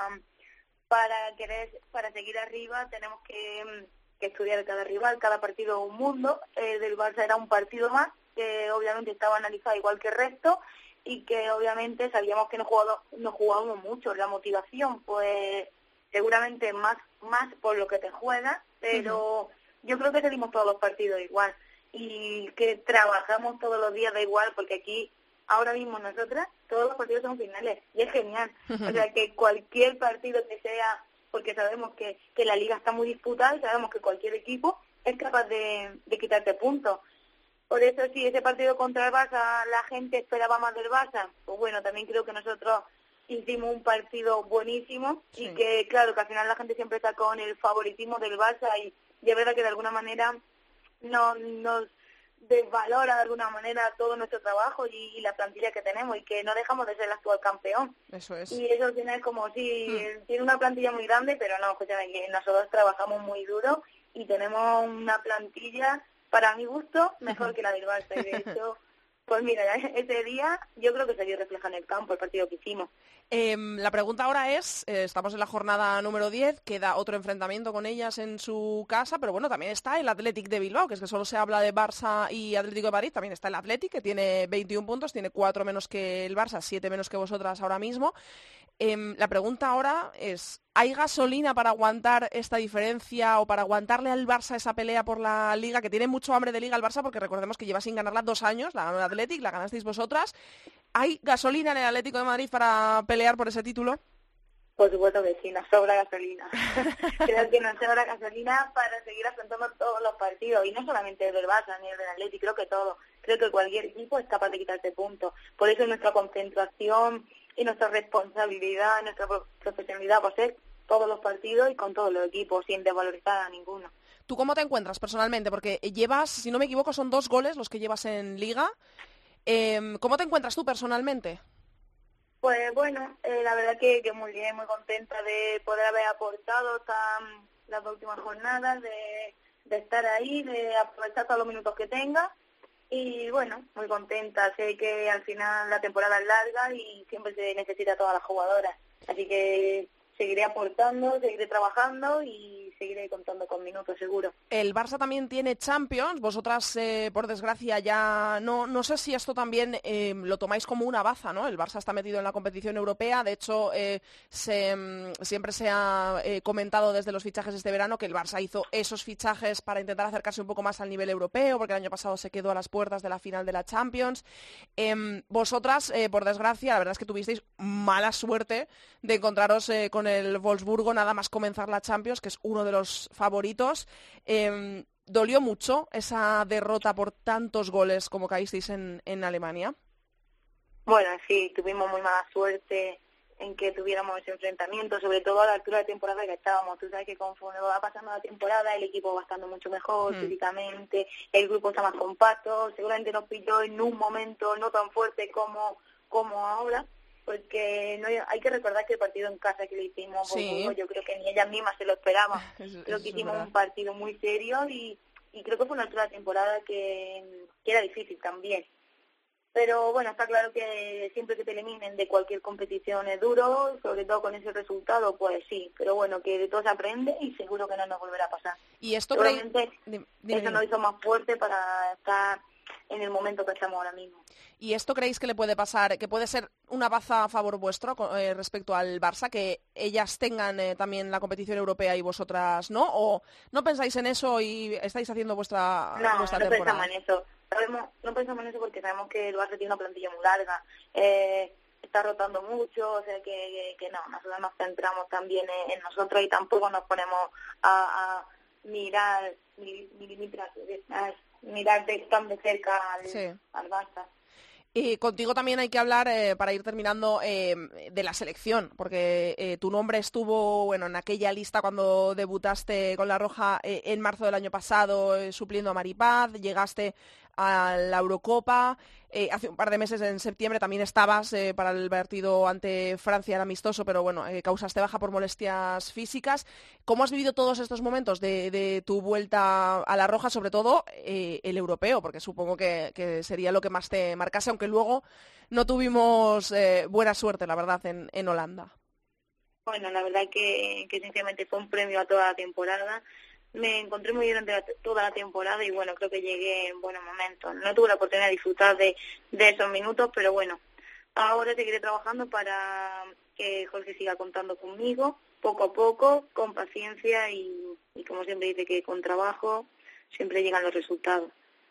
para seguir arriba tenemos que estudiar cada rival, cada partido un mundo. Del Barça era un partido más, que obviamente estaba analizado igual que el resto, y que obviamente sabíamos que no jugábamos mucho. La motivación, pues seguramente más por lo que te juegas, pero yo creo que seguimos todos los partidos igual, y que trabajamos todos los días de igual, porque aquí ahora mismo nosotras todos los partidos son finales y es genial. O sea, que cualquier partido que sea, porque sabemos que la liga está muy disputada y sabemos que cualquier equipo es capaz de quitarte puntos. Por eso, si ese partido contra el Barça la gente esperaba más del Barça, pues bueno, también creo que nosotros hicimos un partido buenísimo, sí. Y que claro, que al final la gente siempre está con el favoritismo del Barça, y es verdad que de alguna manera nos desvalora de alguna manera todo nuestro trabajo y la plantilla que tenemos, y que no dejamos de ser el actual campeón. Eso es. Y eso al final es como si tiene una plantilla muy grande, pero no, escúchame, que nosotros trabajamos muy duro y tenemos una plantilla, para mi gusto, mejor que la del Barça. Y de hecho, pues mira, ese día yo creo que se vio reflejado en el campo el partido que hicimos. La pregunta ahora es, estamos en la jornada número 10, queda otro enfrentamiento con ellas en su casa, pero bueno, también está el Athletic de Bilbao, que es que solo se habla de Barça y Atlético de Madrid. También está el Athletic, que tiene 21 puntos, tiene 4 menos que el Barça, 7 menos que vosotras ahora mismo. La pregunta ahora es, ¿hay gasolina para aguantar esta diferencia o para aguantarle al Barça esa pelea por la Liga, que tiene mucho hambre de Liga el Barça, porque recordemos que lleva sin ganarla 2 años, la ganó el Athletic, la ganasteis vosotras? ¿Hay gasolina en el Atlético de Madrid para pelear por ese título? Por supuesto que sí, nos sobra gasolina. Creo que nos sobra gasolina para seguir afrontando todos los partidos, y no solamente el del Barça ni el del Atlético, creo que todo. Creo que cualquier equipo es capaz de quitarte puntos. Por eso nuestra concentración y nuestra responsabilidad, nuestra profesionalidad va a ser todos los partidos y con todos los equipos, sin desvalorizar a ninguno. ¿Tú cómo te encuentras personalmente? Porque llevas, si no me equivoco, son 2 goles los que llevas en Liga. ¿Cómo te encuentras tú personalmente? Pues bueno, la verdad que muy bien, muy contenta de poder haber aportado las 2 últimas jornadas, de estar ahí, de aprovechar todos los minutos que tenga. Y bueno, muy contenta. Sé que al final la temporada es larga y siempre se necesita a todas las jugadoras. Así que seguiré aportando, seguiré trabajando y seguiré contando con minutos, seguro. El Barça también tiene Champions. Vosotras, por desgracia, ya no sé si esto también lo tomáis como una baza, ¿no? El Barça está metido en la competición europea. De hecho, siempre se ha comentado desde los fichajes este verano que el Barça hizo esos fichajes para intentar acercarse un poco más al nivel europeo, porque el año pasado se quedó a las puertas de la final de la Champions. Vosotras, por desgracia, la verdad es que tuvisteis mala suerte de encontraros con el Wolfsburgo nada más comenzar la Champions, que es uno de los favoritos. ¿Dolió mucho esa derrota por tantos goles como caísteis en Alemania? Bueno, sí, tuvimos muy mala suerte en que tuviéramos ese enfrentamiento, sobre todo a la altura de temporada que estábamos. Tú sabes que conforme va pasando la temporada, el equipo va estando mucho mejor físicamente, el grupo está más compacto, seguramente nos pilló en un momento no tan fuerte como ahora, porque no hay que recordar que el partido en casa que le hicimos, sí. Yo creo que ni ellas mismas se lo esperaban. Creo que hicimos un partido muy serio y creo que fue una altura de temporada que era difícil también. Pero bueno, está claro que siempre que te eliminen de cualquier competición es duro, sobre todo con ese resultado, pues sí. Pero bueno, que de todo se aprende y seguro que no nos volverá a pasar. Y esto seguramente eso nos hizo más fuerte para estar en el momento que estamos ahora mismo. ¿Y esto creéis que le puede pasar, que puede ser una baza a favor vuestro respecto al Barça, que ellas tengan también la competición europea y vosotras no? ¿O no pensáis en eso y estáis haciendo vuestra temporada? No pensamos en eso. No pensamos en eso porque sabemos que el Barça tiene una plantilla muy larga, está rotando mucho, o sea que no, nosotros nos centramos también en nosotros y tampoco nos ponemos a mirar tan de cerca al Barça. Y contigo también hay que hablar, para ir terminando, de la selección, porque tu nombre estuvo en aquella lista cuando debutaste con la Roja en marzo del año pasado, supliendo a Mari Paz, llegaste a la Eurocopa. Hace un par de meses, en septiembre, también estabas para el partido ante Francia, era amistoso, pero bueno, causaste baja por molestias físicas. ¿Cómo has vivido todos estos momentos de tu vuelta a la roja, sobre todo el europeo? Porque supongo que sería lo que más te marcase, aunque luego no tuvimos buena suerte, la verdad, en Holanda. Bueno, la verdad que sinceramente fue un premio a toda la temporada. Me encontré muy bien durante toda la temporada y bueno, creo que llegué en buenos momentos. No tuve la oportunidad de disfrutar de esos minutos, pero bueno, ahora seguiré trabajando para que Jorge siga contando conmigo, poco a poco, con paciencia y como siempre dice, que con trabajo siempre llegan los resultados.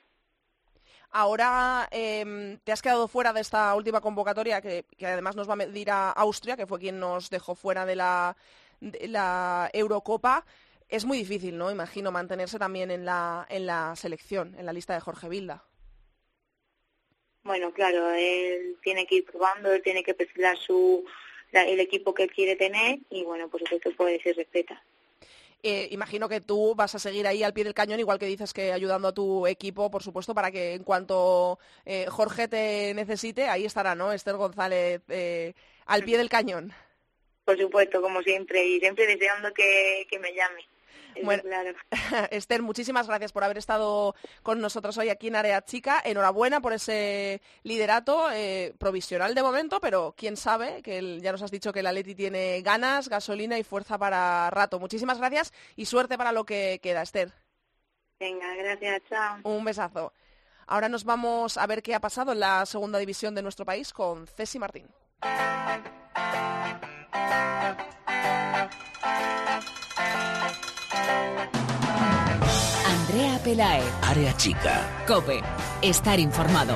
Ahora te has quedado fuera de esta última convocatoria que además nos va a medir a Austria, que fue quien nos dejó fuera de la Eurocopa. Es muy difícil, ¿no? Imagino, mantenerse también en la selección, en la lista de Jorge Vilda. Bueno, claro, él tiene que ir probando, él tiene que perfilar el equipo que él quiere tener y bueno, por supuesto, pues se respeta. Imagino que tú vas a seguir ahí al pie del cañón, igual que dices que ayudando a tu equipo, por supuesto, para que en cuanto Jorge te necesite, ahí estará, ¿no? Esther González al pie del cañón. Por supuesto, como siempre, y siempre deseando que me llame. Bueno, claro. Esther, muchísimas gracias por haber estado con nosotros hoy aquí en Área Chica. Enhorabuena por ese liderato provisional de momento, pero quién sabe, que ya nos has dicho que el Atleti tiene ganas, gasolina y fuerza para rato. Muchísimas gracias y suerte para lo que queda, Esther. Venga, gracias, chao. Un besazo. Ahora nos vamos a ver qué ha pasado en la segunda división de nuestro país con Ceci Martín. Andrea Pelaez. Área Chica. COPE. Estar informado.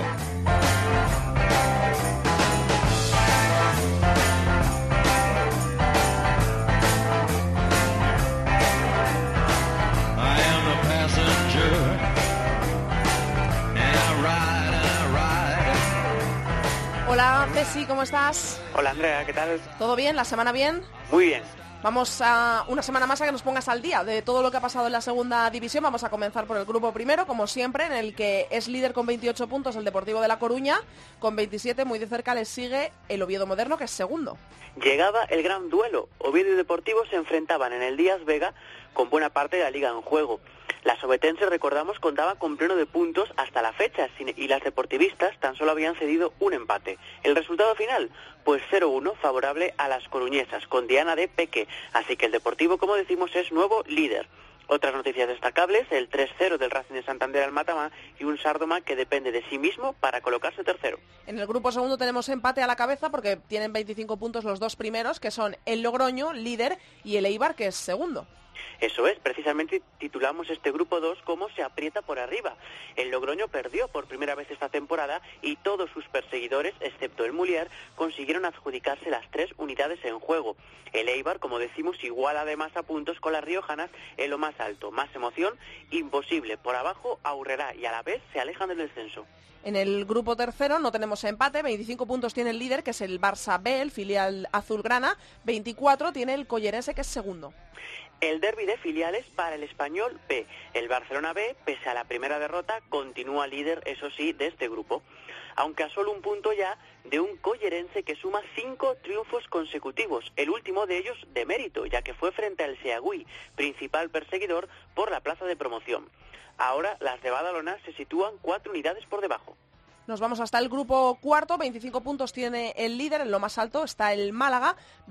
Hola, Ceci, ¿cómo estás? Hola, Andrea, ¿qué tal? ¿Todo bien? ¿La semana bien? Muy bien. Vamos a una semana más a que nos pongas al día de todo lo que ha pasado en la segunda división. Vamos a comenzar por el grupo primero, como siempre, en el que es líder con 28 puntos el Deportivo de La Coruña. Con 27, muy de cerca, les sigue el Oviedo Moderno, que es segundo. Llegaba el gran duelo. Oviedo y Deportivo se enfrentaban en el Díaz Vega con buena parte de la liga en juego. Las ovetenses, recordamos, contaban con pleno de puntos hasta la fecha y las deportivistas tan solo habían cedido un empate. ¿El resultado final? Pues 0-1 favorable a las coruñesas, con Diana de Peque. Así que el Deportivo, como decimos, es nuevo líder. Otras noticias destacables, el 3-0 del Racing de Santander al Matamá y un Sardoma que depende de sí mismo para colocarse tercero. En el grupo segundo tenemos empate a la cabeza porque tienen 25 puntos los dos primeros, que son el Logroño, líder, y el Eibar, que es segundo. Eso es, precisamente titulamos este grupo 2 como se aprieta por arriba. El Logroño perdió por primera vez esta temporada y todos sus perseguidores, excepto el Muliar, consiguieron adjudicarse las 3 unidades en juego. El Eibar, como decimos, iguala además a puntos con las riojanas en lo más alto. Más emoción, imposible. Por abajo, Aurrerá y a la vez se alejan del descenso. En el grupo tercero no tenemos empate, 25 puntos tiene el líder, que es el Barça B, el filial azulgrana, 24 tiene el Collerense, que es segundo. El derbi de filiales para el Español B. El Barcelona B, pese a la primera derrota, continúa líder, eso sí, de este grupo. Aunque a solo un punto ya de un collerense que suma 5 triunfos consecutivos, el último de ellos de mérito, ya que fue frente al Seagüí, principal perseguidor por la plaza de promoción. Ahora las de Badalona se sitúan 4 unidades por debajo. Nos vamos hasta el grupo cuarto, 25 puntos tiene el líder, en lo más alto está el Málaga,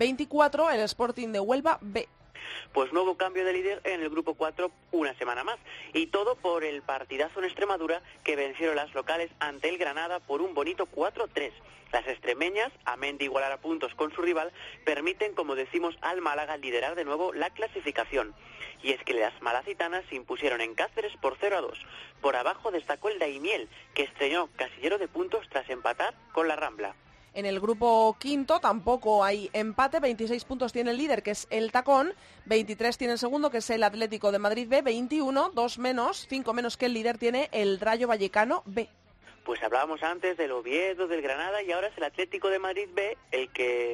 24 el Sporting de Huelva B. Pues nuevo cambio de líder en el grupo 4 una semana más. Y todo por el partidazo en Extremadura que vencieron las locales ante el Granada por un bonito 4-3. Las extremeñas, amén de igualar a puntos con su rival, permiten, como decimos, al Málaga liderar de nuevo la clasificación. Y es que las malacitanas se impusieron en Cáceres por 0-2. Por abajo destacó el Daimiel, que estrenó casillero de puntos tras empatar con la Rambla. En el grupo quinto tampoco hay empate, 26 puntos tiene el líder, que es el Tacón, 23 tiene el segundo, que es el Atlético de Madrid B, 21, 2 menos, 5 menos que el líder tiene el Rayo Vallecano B. Pues hablábamos antes del Oviedo, del Granada y ahora es el Atlético de Madrid B el que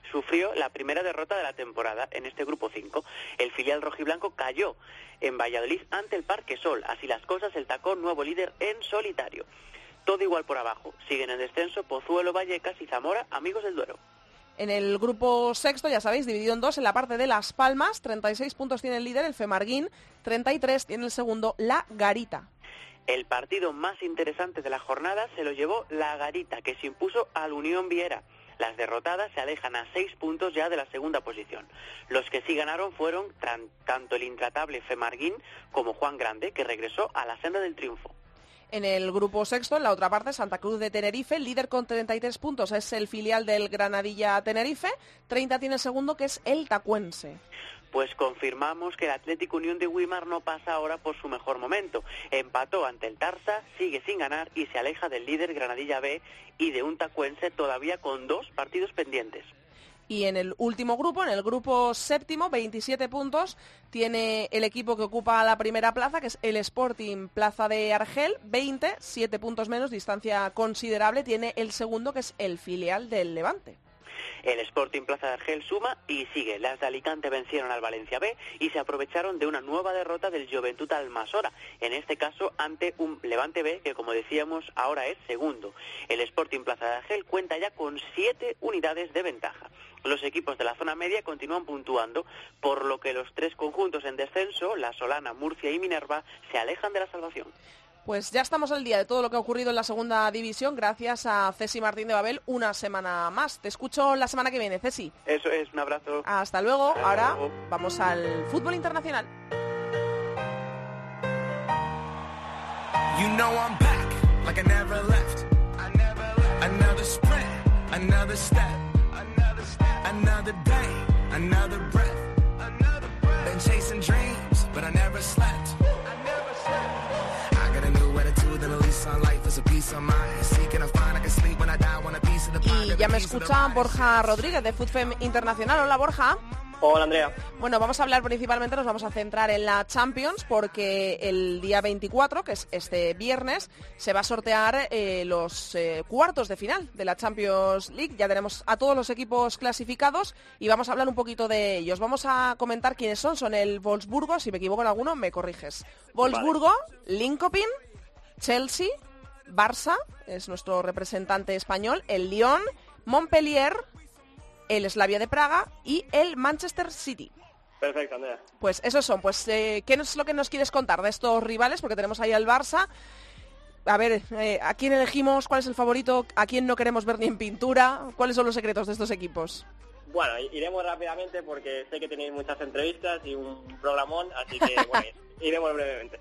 sufrió la primera derrota de la temporada en este grupo 5. El filial rojiblanco cayó en Valladolid ante el Parquesol. Así las cosas, el Tacón, nuevo líder en solitario. Todo igual por abajo. Siguen en descenso Pozuelo, Vallecas y Zamora, Amigos del Duero. En el grupo sexto, ya sabéis, dividido en dos, en la parte de Las Palmas, 36 puntos tiene el líder, el Femarguín, 33 tiene el segundo, la Garita. El partido más interesante de la jornada se lo llevó la Garita, que se impuso al Unión Viera. Las derrotadas se alejan a 6 puntos ya de la segunda posición. Los que sí ganaron fueron tanto el intratable Femarguín como Juan Grande, que regresó a la senda del triunfo. En el grupo sexto, en la otra parte, Santa Cruz de Tenerife, el líder con 33 puntos es el filial del Granadilla Tenerife, 30 tiene el segundo, que es el Tacuense. Pues confirmamos que el Atlético Unión de Güímar no pasa ahora por su mejor momento. Empató ante el Tarsa, sigue sin ganar y se aleja del líder Granadilla B y de un Tacuense todavía con 2 partidos pendientes. Y en el último grupo, en el grupo séptimo, 27 puntos, tiene el equipo que ocupa la primera plaza, que es el Sporting Plaza de Argel, 20, 7 puntos menos, distancia considerable, tiene el segundo, que es el filial del Levante. El Sporting Plaza de Argel suma y sigue. Las de Alicante vencieron al Valencia B y se aprovecharon de una nueva derrota del Joventut Almasora, en este caso ante un Levante B que, como decíamos, ahora es segundo. El Sporting Plaza de Argel cuenta ya con 7 unidades de ventaja. Los equipos de la zona media continúan puntuando, por lo que los 3 conjuntos en descenso, La Solana, Murcia y Minerva, se alejan de la salvación. Pues ya estamos al día de todo lo que ha ocurrido en la segunda división, gracias a Ceci Martín de Babel, una semana más. Te escucho la semana que viene, Ceci. Eso es, un abrazo. Hasta luego. Ahora vamos al fútbol internacional. You know I'm back, like I never left. Another sprint, another step. Another day, another breath. Been chasing dreams, but I never slept. I got a new attitude and a lease on life is a piece of mind. Seeking a find I can sleep when I die, want a piece of the pie. Y ya me escucha Borja Rodríguez de FUTFEM Internacional. Hola, Borja. Hola, Andrea. Bueno, vamos a hablar principalmente, nos vamos a centrar en la Champions, porque el día 24, que es este viernes, se va a sortear los cuartos de final de la Champions League. Ya tenemos a todos los equipos clasificados y vamos a hablar un poquito de ellos. Vamos a comentar quiénes son. Son el Wolfsburgo, si me equivoco en alguno, me corriges. Wolfsburgo, vale. Linköping, Chelsea, Barça, es nuestro representante español, el Lyon, Montpellier, el Slavia de Praga y el Manchester City. Perfecto, Andrea. Pues esos son. Pues ¿qué es lo que nos quieres contar de estos rivales? Porque tenemos ahí al Barça. A ver, ¿a quién elegimos? ¿Cuál es el favorito? ¿A quién no queremos ver ni en pintura? ¿Cuáles son los secretos de estos equipos? Bueno, iremos rápidamente porque sé que tenéis muchas entrevistas y un programón, así que bueno, iremos brevemente.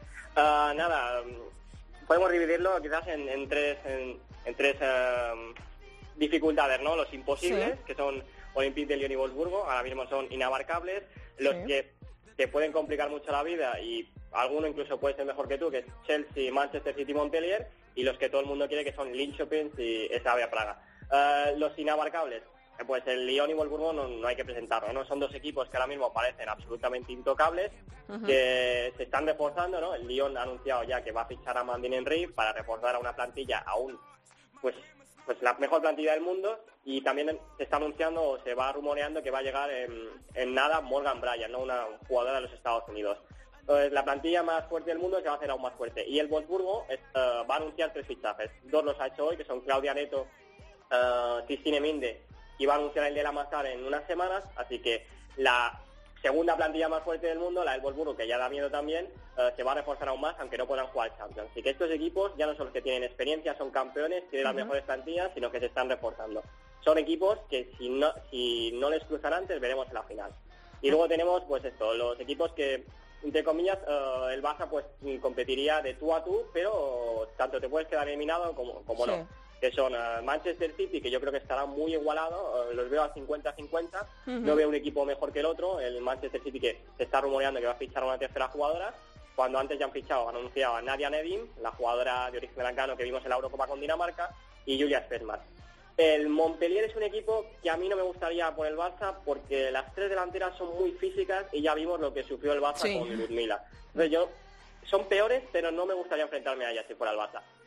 Podemos dividirlo quizás en tres dificultades, ¿no? Los imposibles, sí, que son Olympique de Lyon y Wolfsburgo, ahora mismo son inabarcables. Los sí, que te pueden complicar mucho la vida y alguno incluso puede ser mejor que tú, que es Chelsea, Manchester City, Montpellier, y los que todo el mundo quiere, que son Linköping y Slavia Praga. Los inabarcables, pues el Lyon y Wolfsburgo no hay que presentarlo, ¿no? Son dos equipos que ahora mismo parecen absolutamente intocables, que se están reforzando, ¿no? El Lyon ha anunciado ya que va a fichar a Mandine Henry para reforzar a una plantilla aún, pues la mejor plantilla del mundo, y también se está anunciando o se va rumoreando que va a llegar en nada Morgan Bryant, ¿no? Una jugadora de los Estados Unidos. Entonces, la plantilla más fuerte del mundo se va a hacer aún más fuerte. Y el Wolfsburgo va a anunciar 3 fichajes. 2 los ha hecho hoy, que son Claudia Neto, Christine Minde, y va a anunciar el de la Massar en unas semanas. Así que la segunda plantilla más fuerte del mundo, la del Wolfsburgo, que ya da miedo también, se va a reforzar aún más, aunque no puedan jugar Champions. Así que estos equipos ya no son los que tienen experiencia, son campeones, tienen las mejores plantillas, sino que se están reforzando. Son equipos que si no les cruzan antes, veremos en la final. Y luego tenemos, pues esto, los equipos que, entre comillas, el Barça pues competiría de tú a tú, pero tanto te puedes quedar eliminado como sí, no. Que son Manchester City, que yo creo que estará muy igualado, los veo a 50-50, no veo un equipo mejor que el otro. El Manchester City, que se está rumoreando que va a fichar a una tercera jugadora, cuando antes ya han anunciado a Nadia Nedim, la jugadora de origen melancano que vimos en la Eurocopa con Dinamarca, y Julia Spezmat. El Montpellier es un equipo que a mí no me gustaría por el Barça, porque las 3 delanteras son muy físicas y ya vimos lo que sufrió el Barça con Ludmila. Entonces son peores, pero no me gustaría enfrentarme a ellas si fuera el Barça.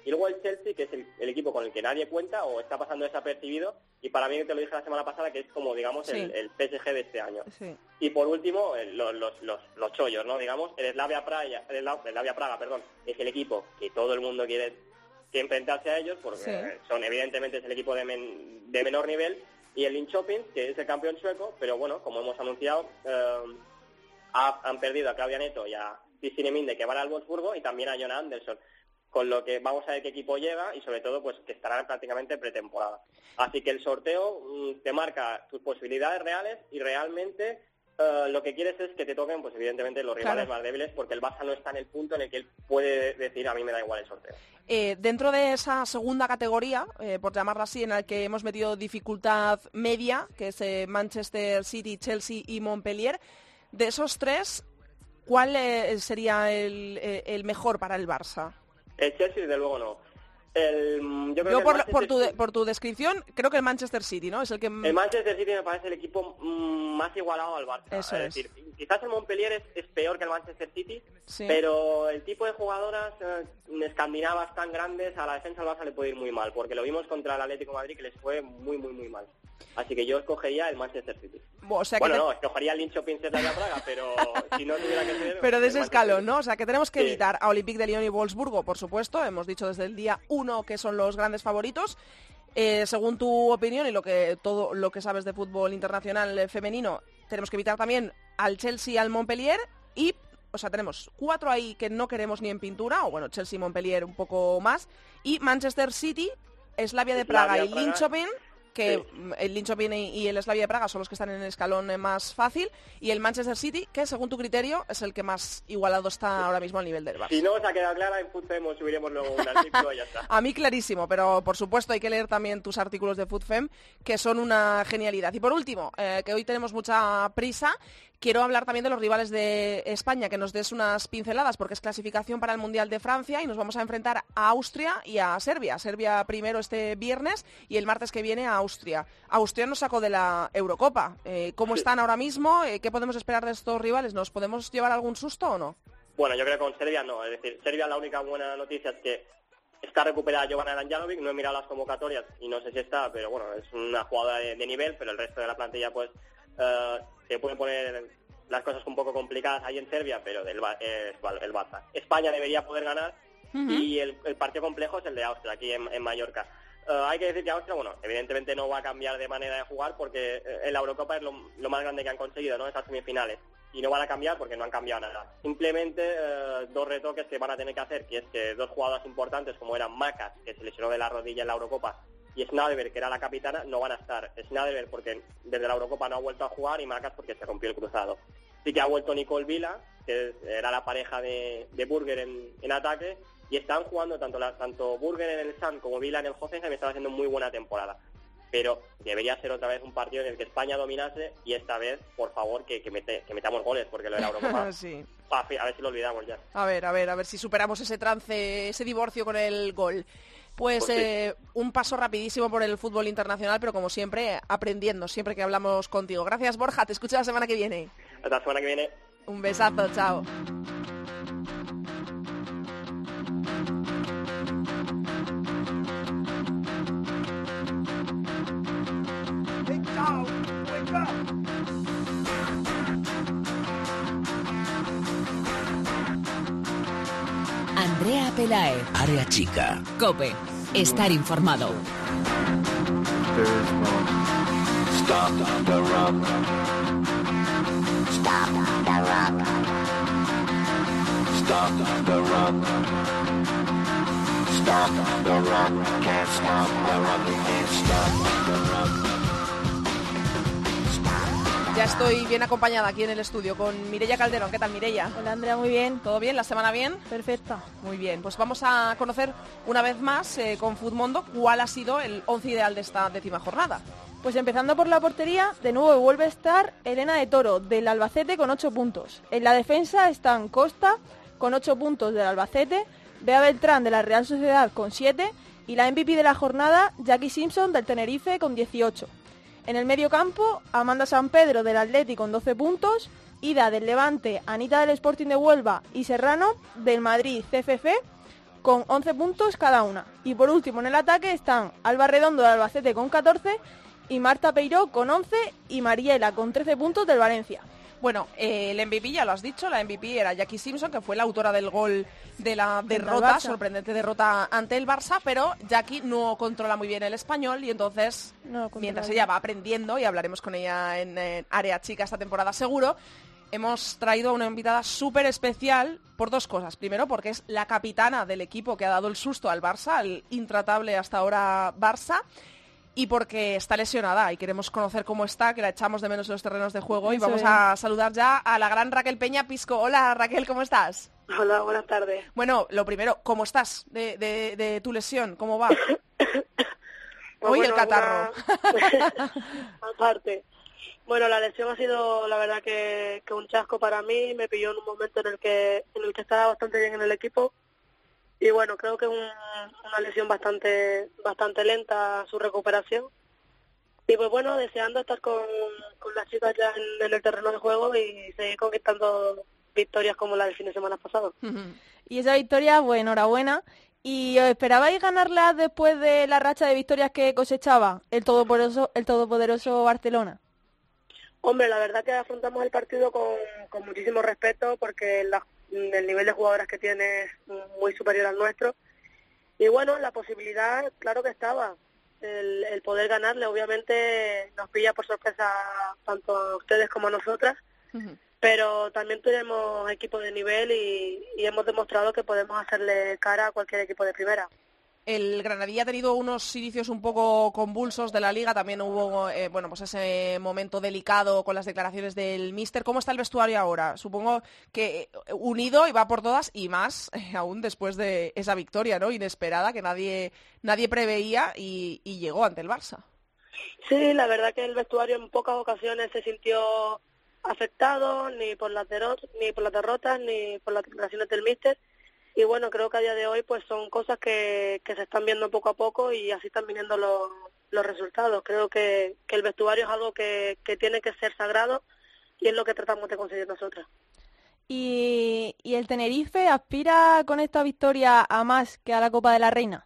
Y luego el Chelsea, que es el equipo con el que nadie cuenta o está pasando desapercibido, y para mí, te lo dije la semana pasada, que es como, digamos, el PSG de este año. Sí. Y por último, los chollos, ¿no? Digamos, el Slavia Praga, es el equipo que todo el mundo quiere enfrentarse a ellos, porque son, evidentemente, es el equipo de menor nivel, y el Linköping, que es el campeón sueco, pero bueno, como hemos anunciado, han perdido a Claudia Neto y a Kristine Minde, que van al Wolfsburgo, y también a Jonah Andersson, con lo que vamos a ver qué equipo llega y sobre todo pues que estarán prácticamente pretemporada. Así que el sorteo te marca tus posibilidades reales y realmente lo que quieres es que te toquen pues evidentemente los rivales más débiles, porque el Barça no está en el punto en el que él puede decir a mí me da igual el sorteo. Dentro de esa segunda categoría, por llamarla así, en la que hemos metido dificultad media, que es Manchester City, Chelsea y Montpellier, de esos tres, ¿cuál sería el mejor para el Barça? El Chelsea, desde luego, no. Yo por tu descripción, creo que el Manchester City, ¿no? Es el que... El Manchester City me parece el equipo más igualado al Barça. Eso es. Decir, quizás el Montpellier es peor que el Manchester City, pero el tipo de jugadoras escandinavas tan grandes, a la defensa del Barça le puede ir muy mal, porque lo vimos contra el Atlético de Madrid, que les fue muy, muy, muy mal. Así que yo escogería el Manchester City. Escogería el Linköping Slavia Praga, pero si no tuviera que ser... Pero de ese escalón, ¿no? O sea, que tenemos que evitar a Olympique de Lyon y Wolfsburgo, por supuesto. Hemos dicho desde el día 1 que son los grandes favoritos. Según tu opinión y todo lo que sabes de fútbol internacional femenino, tenemos que evitar también al Chelsea y al Montpellier y... O sea, tenemos 4 ahí que no queremos ni en pintura, o bueno, Chelsea y Montpellier un poco más, y Manchester City, Slavia de Praga y Linköping, que el Linköping y el Slavia de Praga son los que están en el escalón más fácil, y el Manchester City, que según tu criterio es el que más igualado está ahora mismo al nivel del Barça. Si no os ha quedado clara, en FootFem os subiremos luego un artículo y ya está. A mí clarísimo, pero por supuesto hay que leer también tus artículos de FootFem, que son una genialidad. Y por último, que hoy tenemos mucha prisa, quiero hablar también de los rivales de España, que nos des unas pinceladas, porque es clasificación para el Mundial de Francia y nos vamos a enfrentar a Austria y a Serbia. Serbia primero este viernes y el martes que viene a Austria. Austria nos sacó de la Eurocopa. ¿Cómo están ahora mismo? ¿Qué podemos esperar de estos rivales? ¿Nos podemos llevar algún susto o no? Bueno, yo creo que con Serbia no. Es decir, Serbia la única buena noticia es que está recuperada Jovana Ranjanovic. No he mirado las convocatorias y no sé si está, pero bueno, es una jugadora de nivel, pero el resto de la plantilla pues se pueden poner las cosas un poco complicadas ahí en Serbia, pero el Barça. España debería poder ganar y el partido complejo es el de Austria, aquí en Mallorca. Hay que decir que Austria, bueno, evidentemente no va a cambiar de manera de jugar porque en la Eurocopa es lo más grande que han conseguido, ¿no? Esas semifinales. Y no van a cambiar porque no han cambiado nada. Simplemente 2 retoques que van a tener que hacer, que es que 2 jugadoras importantes como eran Macas, que se lesionó de la rodilla en la Eurocopa, y Snaderberg, que era la capitana, no van a estar. Snaderberg porque desde la Eurocopa no ha vuelto a jugar y Macas porque se rompió el cruzado. Sí que ha vuelto Nicole Vila, que era la pareja de Burger en ataque, y están jugando tanto Burger en el Sand como Vila en el Hoffenheim, están haciendo muy buena temporada. Pero debería ser otra vez un partido en el que España dominase y esta vez, por favor, que metamos goles, porque lo de la Eurocopa, sí. A ver si lo olvidamos ya. A ver si superamos ese trance, ese divorcio con el gol. Pues sí. Un paso rapidísimo por el fútbol internacional, pero como siempre, aprendiendo, siempre que hablamos contigo. Gracias, Borja, te escucho la semana que viene. Hasta la semana que viene. Un besazo, chao. Andrea Pelaez. Área chica. COPE. Estar informado. Stop the rock. Stop the rock. Stop the rock. Stop the rock. Can't stop the rock. Can't stop the rock. Ya estoy bien acompañada aquí en el estudio con Mireia Calderón. ¿Qué tal, Mireia? Hola, Andrea, muy bien. ¿Todo bien? ¿La semana bien? Perfecta. Muy bien, pues vamos a conocer una vez más con Futmundo cuál ha sido el 11 ideal de esta 10ª jornada. Pues empezando por la portería, de nuevo vuelve a estar Elena de Toro, del Albacete, con 8 puntos. En la defensa están Costa, con 8 puntos del Albacete, Bea Beltrán, de la Real Sociedad, con 7, y la MVP de la jornada, Jackie Simpson, del Tenerife, con 18. En el medio campo, Amanda San Pedro del Atleti con 12 puntos, Ida del Levante, Anita del Sporting de Huelva y Serrano del Madrid CFF con 11 puntos cada una. Y por último en el ataque están Alba Redondo del Albacete con 14 y Marta Peiró con 11 y Mariela con 13 puntos del Valencia. Bueno, el MVP ya lo has dicho, la MVP era Jackie Simpson, que fue la autora del gol de la derrota, sorprendente derrota ante el Barça, pero Jackie no controla muy bien el español y entonces, mientras ella va aprendiendo, y hablaremos con ella en Área Chica esta temporada seguro, hemos traído a una invitada súper especial por dos cosas. Primero, porque es la capitana del equipo que ha dado el susto al Barça, al intratable hasta ahora Barça, y porque está lesionada y queremos conocer cómo está, que la echamos de menos en los terrenos de juego. Y vamos a saludar ya a la gran Raquel Peña Pisco. Hola Raquel, ¿cómo estás? Hola, buenas tardes. Bueno, lo primero, ¿cómo estás de tu lesión? ¿Cómo va? Pues el catarro. Aparte. Bueno, la lesión ha sido, la verdad, que un chasco para mí. Me pilló en un momento en el que estaba bastante bien en el equipo. Y bueno, creo que es una lesión bastante lenta su recuperación. Y pues bueno, deseando estar con las chicas ya en el terreno de juego y seguir conquistando victorias como la del fin de semana pasado. Y esa victoria, pues enhorabuena. ¿Y os esperabais ganarla después de la racha de victorias que cosechaba el todopoderoso Barcelona? Hombre, la verdad que afrontamos el partido con muchísimo respeto porque el nivel de jugadoras que tiene es muy superior al nuestro. Y bueno, la posibilidad, claro que estaba. El poder ganarle, obviamente, nos pilla por sorpresa tanto a ustedes como a nosotras. Pero también tenemos equipo de nivel y hemos demostrado que podemos hacerle cara a cualquier equipo de primera. El Granadilla ha tenido unos inicios un poco convulsos de la Liga, también hubo pues ese momento delicado con las declaraciones del míster. ¿Cómo está el vestuario ahora? Supongo que unido y va por todas y más aún después de esa victoria, ¿no? Inesperada que nadie preveía y llegó ante el Barça. Sí, la verdad que el vestuario en pocas ocasiones se sintió afectado ni por las derrotas ni por las declaraciones del míster. Y bueno, creo que a día de hoy pues son cosas que se están viendo poco a poco y así están viniendo los resultados. Creo que el vestuario es algo que tiene que ser sagrado y es lo que tratamos de conseguir nosotras. ¿Y el Tenerife aspira con esta victoria a más que a la Copa de la Reina?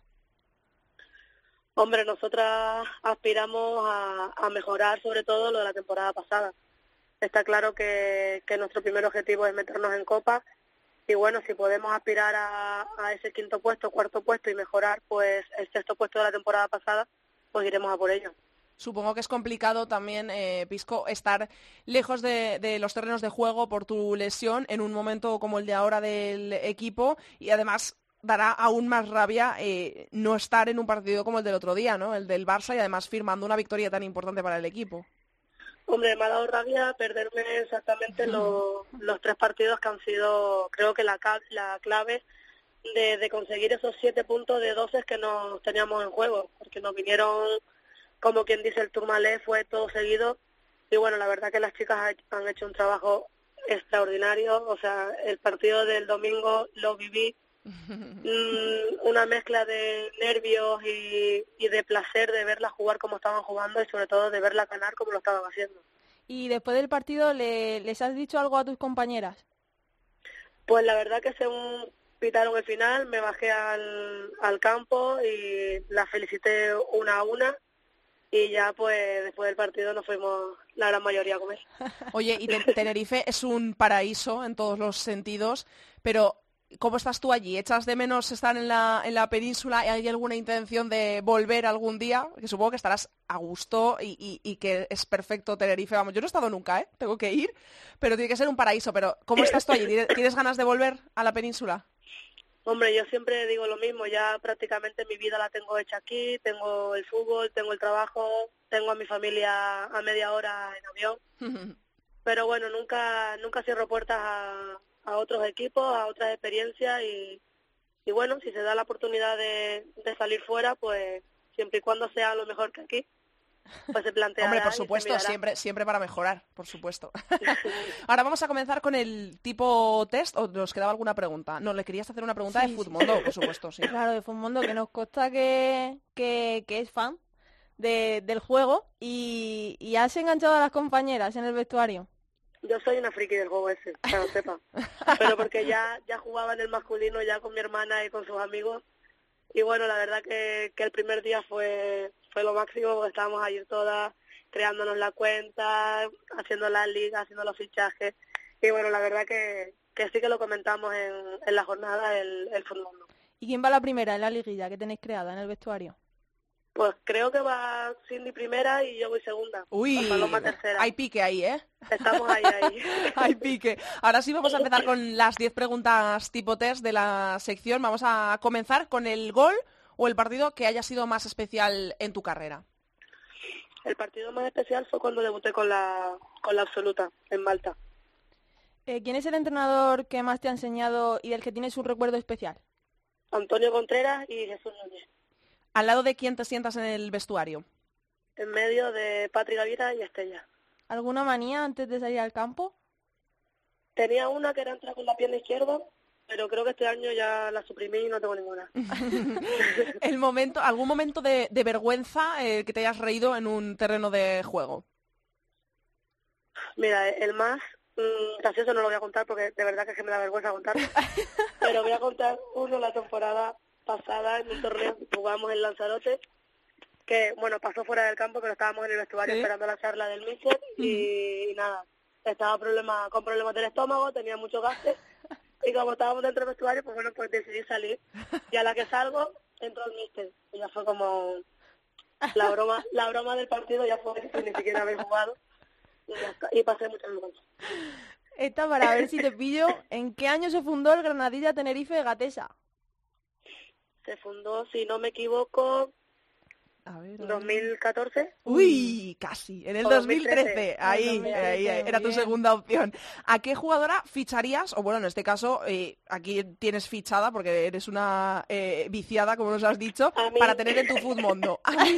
Hombre, nosotras aspiramos a mejorar sobre todo lo de la temporada pasada. Está claro que nuestro primer objetivo es meternos en Copa. Y bueno, si podemos aspirar a ese quinto puesto, cuarto puesto y mejorar pues el sexto puesto de la temporada pasada, pues iremos a por ello. Supongo que es complicado también, Pisco, estar lejos de los terrenos de juego por tu lesión en un momento como el de ahora del equipo y además dará aún más rabia no estar en un partido como el del otro día, ¿no? El del Barça y además firmando una victoria tan importante para el equipo. Hombre, me ha dado rabia perderme exactamente los 3 partidos que han sido, creo que la clave de conseguir esos 7 puntos de 12 que nos teníamos en juego, porque nos vinieron, como quien dice, el Tourmalet fue todo seguido, y bueno, la verdad que las chicas han hecho un trabajo extraordinario, o sea, el partido del domingo lo viví, una mezcla de nervios y de placer de verlas jugar como estaban jugando y sobre todo de verlas ganar como lo estaban haciendo. ¿Y después del partido les has dicho algo a tus compañeras? Pues la verdad que según pitaron el final me bajé al campo y las felicité una a una y ya pues después del partido nos fuimos la gran mayoría a comer. Oye, y Tenerife es un paraíso en todos los sentidos, pero ¿cómo estás tú allí? ¿Echas de menos estar en la península? ¿Hay alguna intención de volver algún día? Que supongo que estarás a gusto y que es perfecto Tenerife. Vamos, yo no he estado nunca, tengo que ir, pero tiene que ser un paraíso. Pero ¿cómo estás tú allí? ¿Tienes ganas de volver a la península? Hombre, yo siempre digo lo mismo. Ya prácticamente mi vida la tengo hecha aquí. Tengo el fútbol, tengo el trabajo, tengo a mi familia a media hora en avión. Pero bueno, nunca cierro puertas a otros equipos, a otras experiencias y bueno, si se da la oportunidad de salir fuera, pues siempre y cuando sea lo mejor que aquí, pues se planteará. Hombre, por supuesto, siempre para mejorar, por supuesto. Ahora vamos a comenzar con el tipo test, ¿o nos quedaba alguna pregunta? No, le querías hacer una pregunta de Futmundo, por supuesto, sí. Claro, de Futmundo, que nos consta que es fan del juego y has enganchado a las compañeras en el vestuario. Yo soy una friki del juego ese, que lo sepa. Pero porque ya jugaba en el masculino ya con mi hermana y con sus amigos. Y bueno, la verdad que el primer día fue lo máximo, porque estábamos ahí todas creándonos la cuenta, haciendo las ligas, haciendo los fichajes. Y bueno, la verdad que sí que lo comentamos en la jornada el fútbol. ¿Y quién va la primera en la liguilla que tenéis creada en el vestuario? Pues creo que va Cindy primera y yo voy segunda. Uy, Paloma tercera. hay pique ahí, ¿eh? Estamos ahí. Hay pique. Ahora sí vamos a empezar con las 10 preguntas tipo test de la sección. Vamos a comenzar con el gol o el partido que haya sido más especial en tu carrera. El partido más especial fue cuando debuté con la absoluta en Malta. ¿Quién es el entrenador que más te ha enseñado y del que tienes un recuerdo especial? Antonio Contreras y Jesús Núñez. ¿Al lado de quién te sientas en el vestuario? En medio de Patri Gaviera y Estella. ¿Alguna manía antes de salir al campo? Tenía una que era entrar con la pierna izquierda, pero creo que este año ya la suprimí y no tengo ninguna. ¿Algún momento de vergüenza que te hayas reído en un terreno de juego? Mira, el más gracioso no lo voy a contar porque de verdad que me da vergüenza contar. Pero voy a contar uno la temporada pasada en un torneo que jugamos en Lanzarote, que bueno, pasó fuera del campo, pero estábamos en el vestuario esperando la charla del míster y nada, estaba con problemas del estómago, tenía mucho gases y como estábamos dentro del vestuario, pues bueno, pues decidí salir y a la que salgo entró el míster y ya fue como la broma del partido, ya fue sin ni siquiera haber jugado y pasé mucho vergüenza. Esta para ver si te pillo, ¿en qué año se fundó el Granadilla Tenerife Gatesa? Se fundó, si no me equivoco, a ver. 2014. Uy, casi, en el 2013. Ahí, era tu segunda opción. ¿A qué jugadora ficharías? O bueno, en este caso, aquí tienes fichada, porque eres una viciada, como nos has dicho, para tener en tu Futmundo.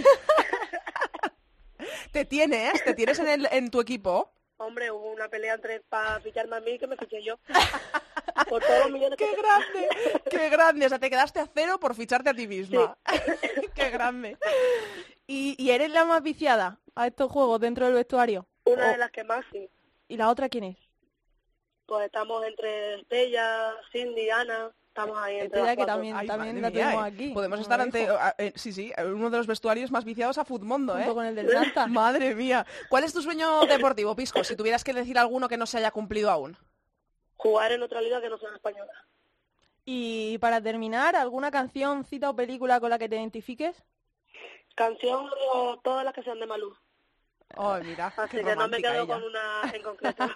Te tienes en tu equipo. Hombre, hubo una pelea para ficharme a mí que me fiché yo. Por todos los millones ¡Qué grande! ¡Qué grande! O sea, te quedaste a cero por ficharte a ti misma. Sí. ¡Qué grande! ¿Y eres la más viciada a estos juegos dentro del vestuario? Una de las que más, sí. ¿Y la otra quién es? Pues estamos entre Estella, Cindy, Ana... Estamos ahí entre las cuatro. También la tenemos aquí. Podemos estar ante uno de los vestuarios más viciados a Futmundo, junto con el del Santa. Madre mía. ¿Cuál es tu sueño deportivo, Pisco? Si tuvieras que decir alguno que no se haya cumplido aún. Jugar en otra liga que no sea española. Y para terminar, ¿alguna canción, cita o película con la que te identifiques? Canción o todas las que sean de Malú. Oh, mira, así que no me quedo con una en concreto.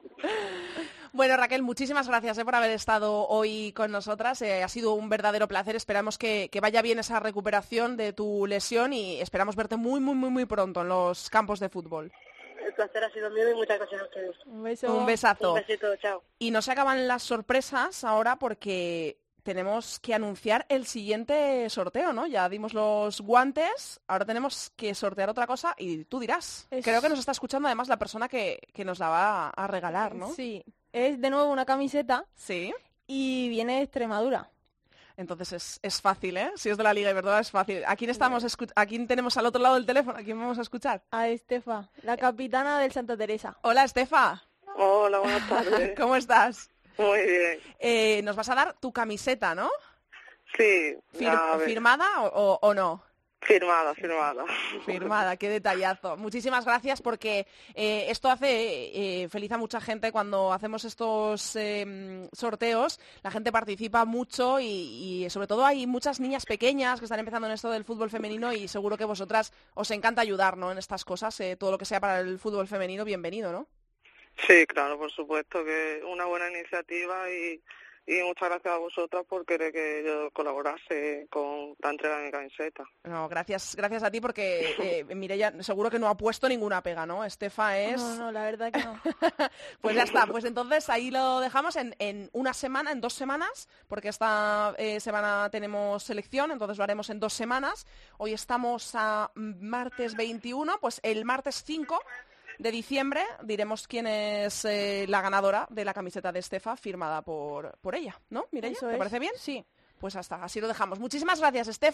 Bueno, Raquel, muchísimas gracias por haber estado hoy con nosotras. Ha sido un verdadero placer. Esperamos que vaya bien esa recuperación de tu lesión y esperamos verte muy, muy, muy, muy pronto en los campos de fútbol. El placer ha sido mío y muchas gracias a ustedes. Un beso. Un besazo. Un besito, chao. Y no se acaban las sorpresas ahora porque tenemos que anunciar el siguiente sorteo, ¿no? Ya dimos los guantes, ahora tenemos que sortear otra cosa y tú dirás. Creo que nos está escuchando además la persona que nos la va a regalar, ¿no? Sí, es de nuevo una camiseta. Sí. Y viene de Extremadura. Entonces es fácil, ¿eh? Si es de la Liga Iberdrola es fácil. ¿A quién tenemos al otro lado del teléfono? ¿A quién vamos a escuchar? A Estefa, la capitana del Santa Teresa. Hola, Estefa. Hola, buenas tardes. ¿Cómo estás? Muy bien. Nos vas a dar tu camiseta, ¿no? Sí. ¿Firmada o no? Firmada. Firmada, qué detallazo. Muchísimas gracias porque esto hace feliz a mucha gente cuando hacemos estos sorteos. La gente participa mucho y sobre todo hay muchas niñas pequeñas que están empezando en esto del fútbol femenino y seguro que vosotras os encanta ayudar, ¿no? En estas cosas, todo lo que sea para el fútbol femenino, bienvenido, ¿no? Sí, claro, por supuesto que es una buena iniciativa y muchas gracias a vosotras por querer que yo colaborase con la entrega de mi camiseta. No, gracias a ti porque Mireia seguro que no ha puesto ninguna pega, ¿no? Estefa es... No, la verdad que no. Pues ya está, pues entonces ahí lo dejamos en 2 semanas, porque esta semana tenemos selección, entonces lo haremos en 2 semanas. Hoy estamos a martes 21, pues el martes 5 de diciembre diremos quién es la ganadora de la camiseta de Estefa firmada por ella, ¿no? Mireia, ¿te parece bien? Sí. Pues hasta así lo dejamos. Muchísimas gracias, Estefa.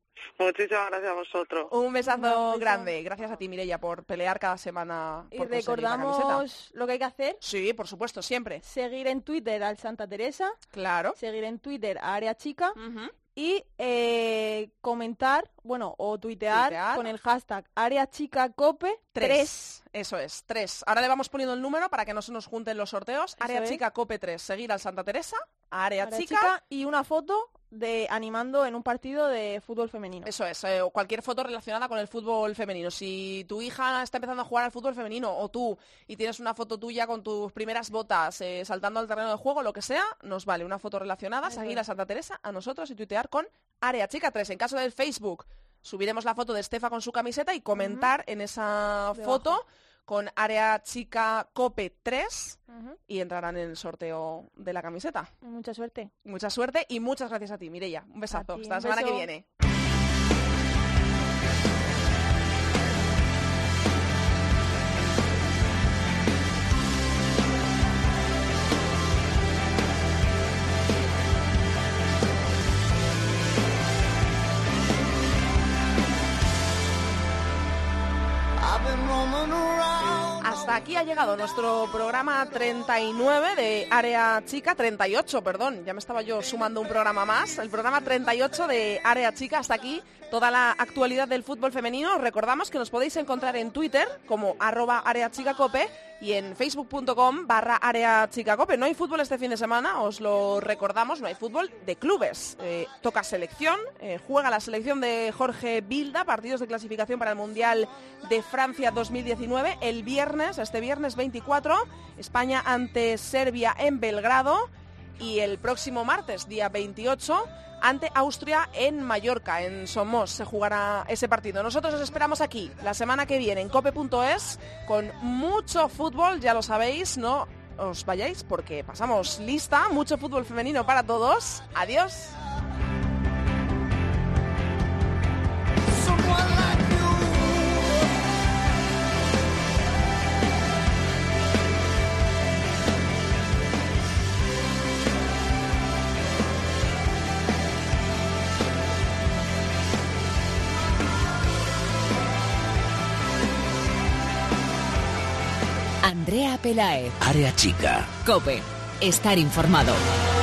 Muchísimas gracias a vosotros. Un besazo grande. Gracias a ti, Mireia, por pelear cada semana. Y por conseguir la camiseta. recordamos lo que hay que hacer. Sí, por supuesto, siempre. Seguir en Twitter al Santa Teresa. Claro. Seguir en Twitter a Área Chica. Y comentar, bueno, o tuitear con el hashtag Área Chica Cope 3. Eso es, 3. Ahora le vamos poniendo el número para que no se nos junten los sorteos. Área es. Chica Cope 3. Seguir al Santa Teresa, a Área Área Chica. y una foto de animando en un partido de fútbol femenino. Eso es, o cualquier foto relacionada con el fútbol femenino. Si tu hija está empezando a jugar al fútbol femenino o tú y tienes una foto tuya con tus primeras botas saltando al terreno de juego, lo que sea, nos vale una foto relacionada, seguir a Santa Teresa, a nosotros y tuitear con Área Chica 3. En caso del Facebook, subiremos la foto de Estefa con su camiseta y comentar en esa foto con Área Chica Cope 3 y entrarán en el sorteo de la camiseta. Mucha suerte. Mucha suerte y muchas gracias a ti, Mireia. Un besazo. ti, Hasta la un semana beso. que viene. Hasta aquí ha llegado nuestro programa 39 de Área Chica, 38, perdón, ya me estaba yo sumando un programa más, el programa 38 de Área Chica. Hasta aquí toda la actualidad del fútbol femenino. Os recordamos que nos podéis encontrar en Twitter como @areachicacope y en facebook.com/areachicacope. No hay fútbol este fin de semana, os lo recordamos, no hay fútbol de clubes. Toca selección, juega la selección de Jorge Vilda, partidos de clasificación para el Mundial de Francia 2019. El viernes, este viernes 24, España ante Serbia en Belgrado y el próximo martes, día 28, ante Austria en Mallorca, en Somos, se jugará ese partido. Nosotros os esperamos aquí la semana que viene en cope.es con mucho fútbol, ya lo sabéis, no os vayáis porque pasamos lista, mucho fútbol femenino para todos. Adiós. Andrea Pelaez. Área Chica. COPE. Estar informado.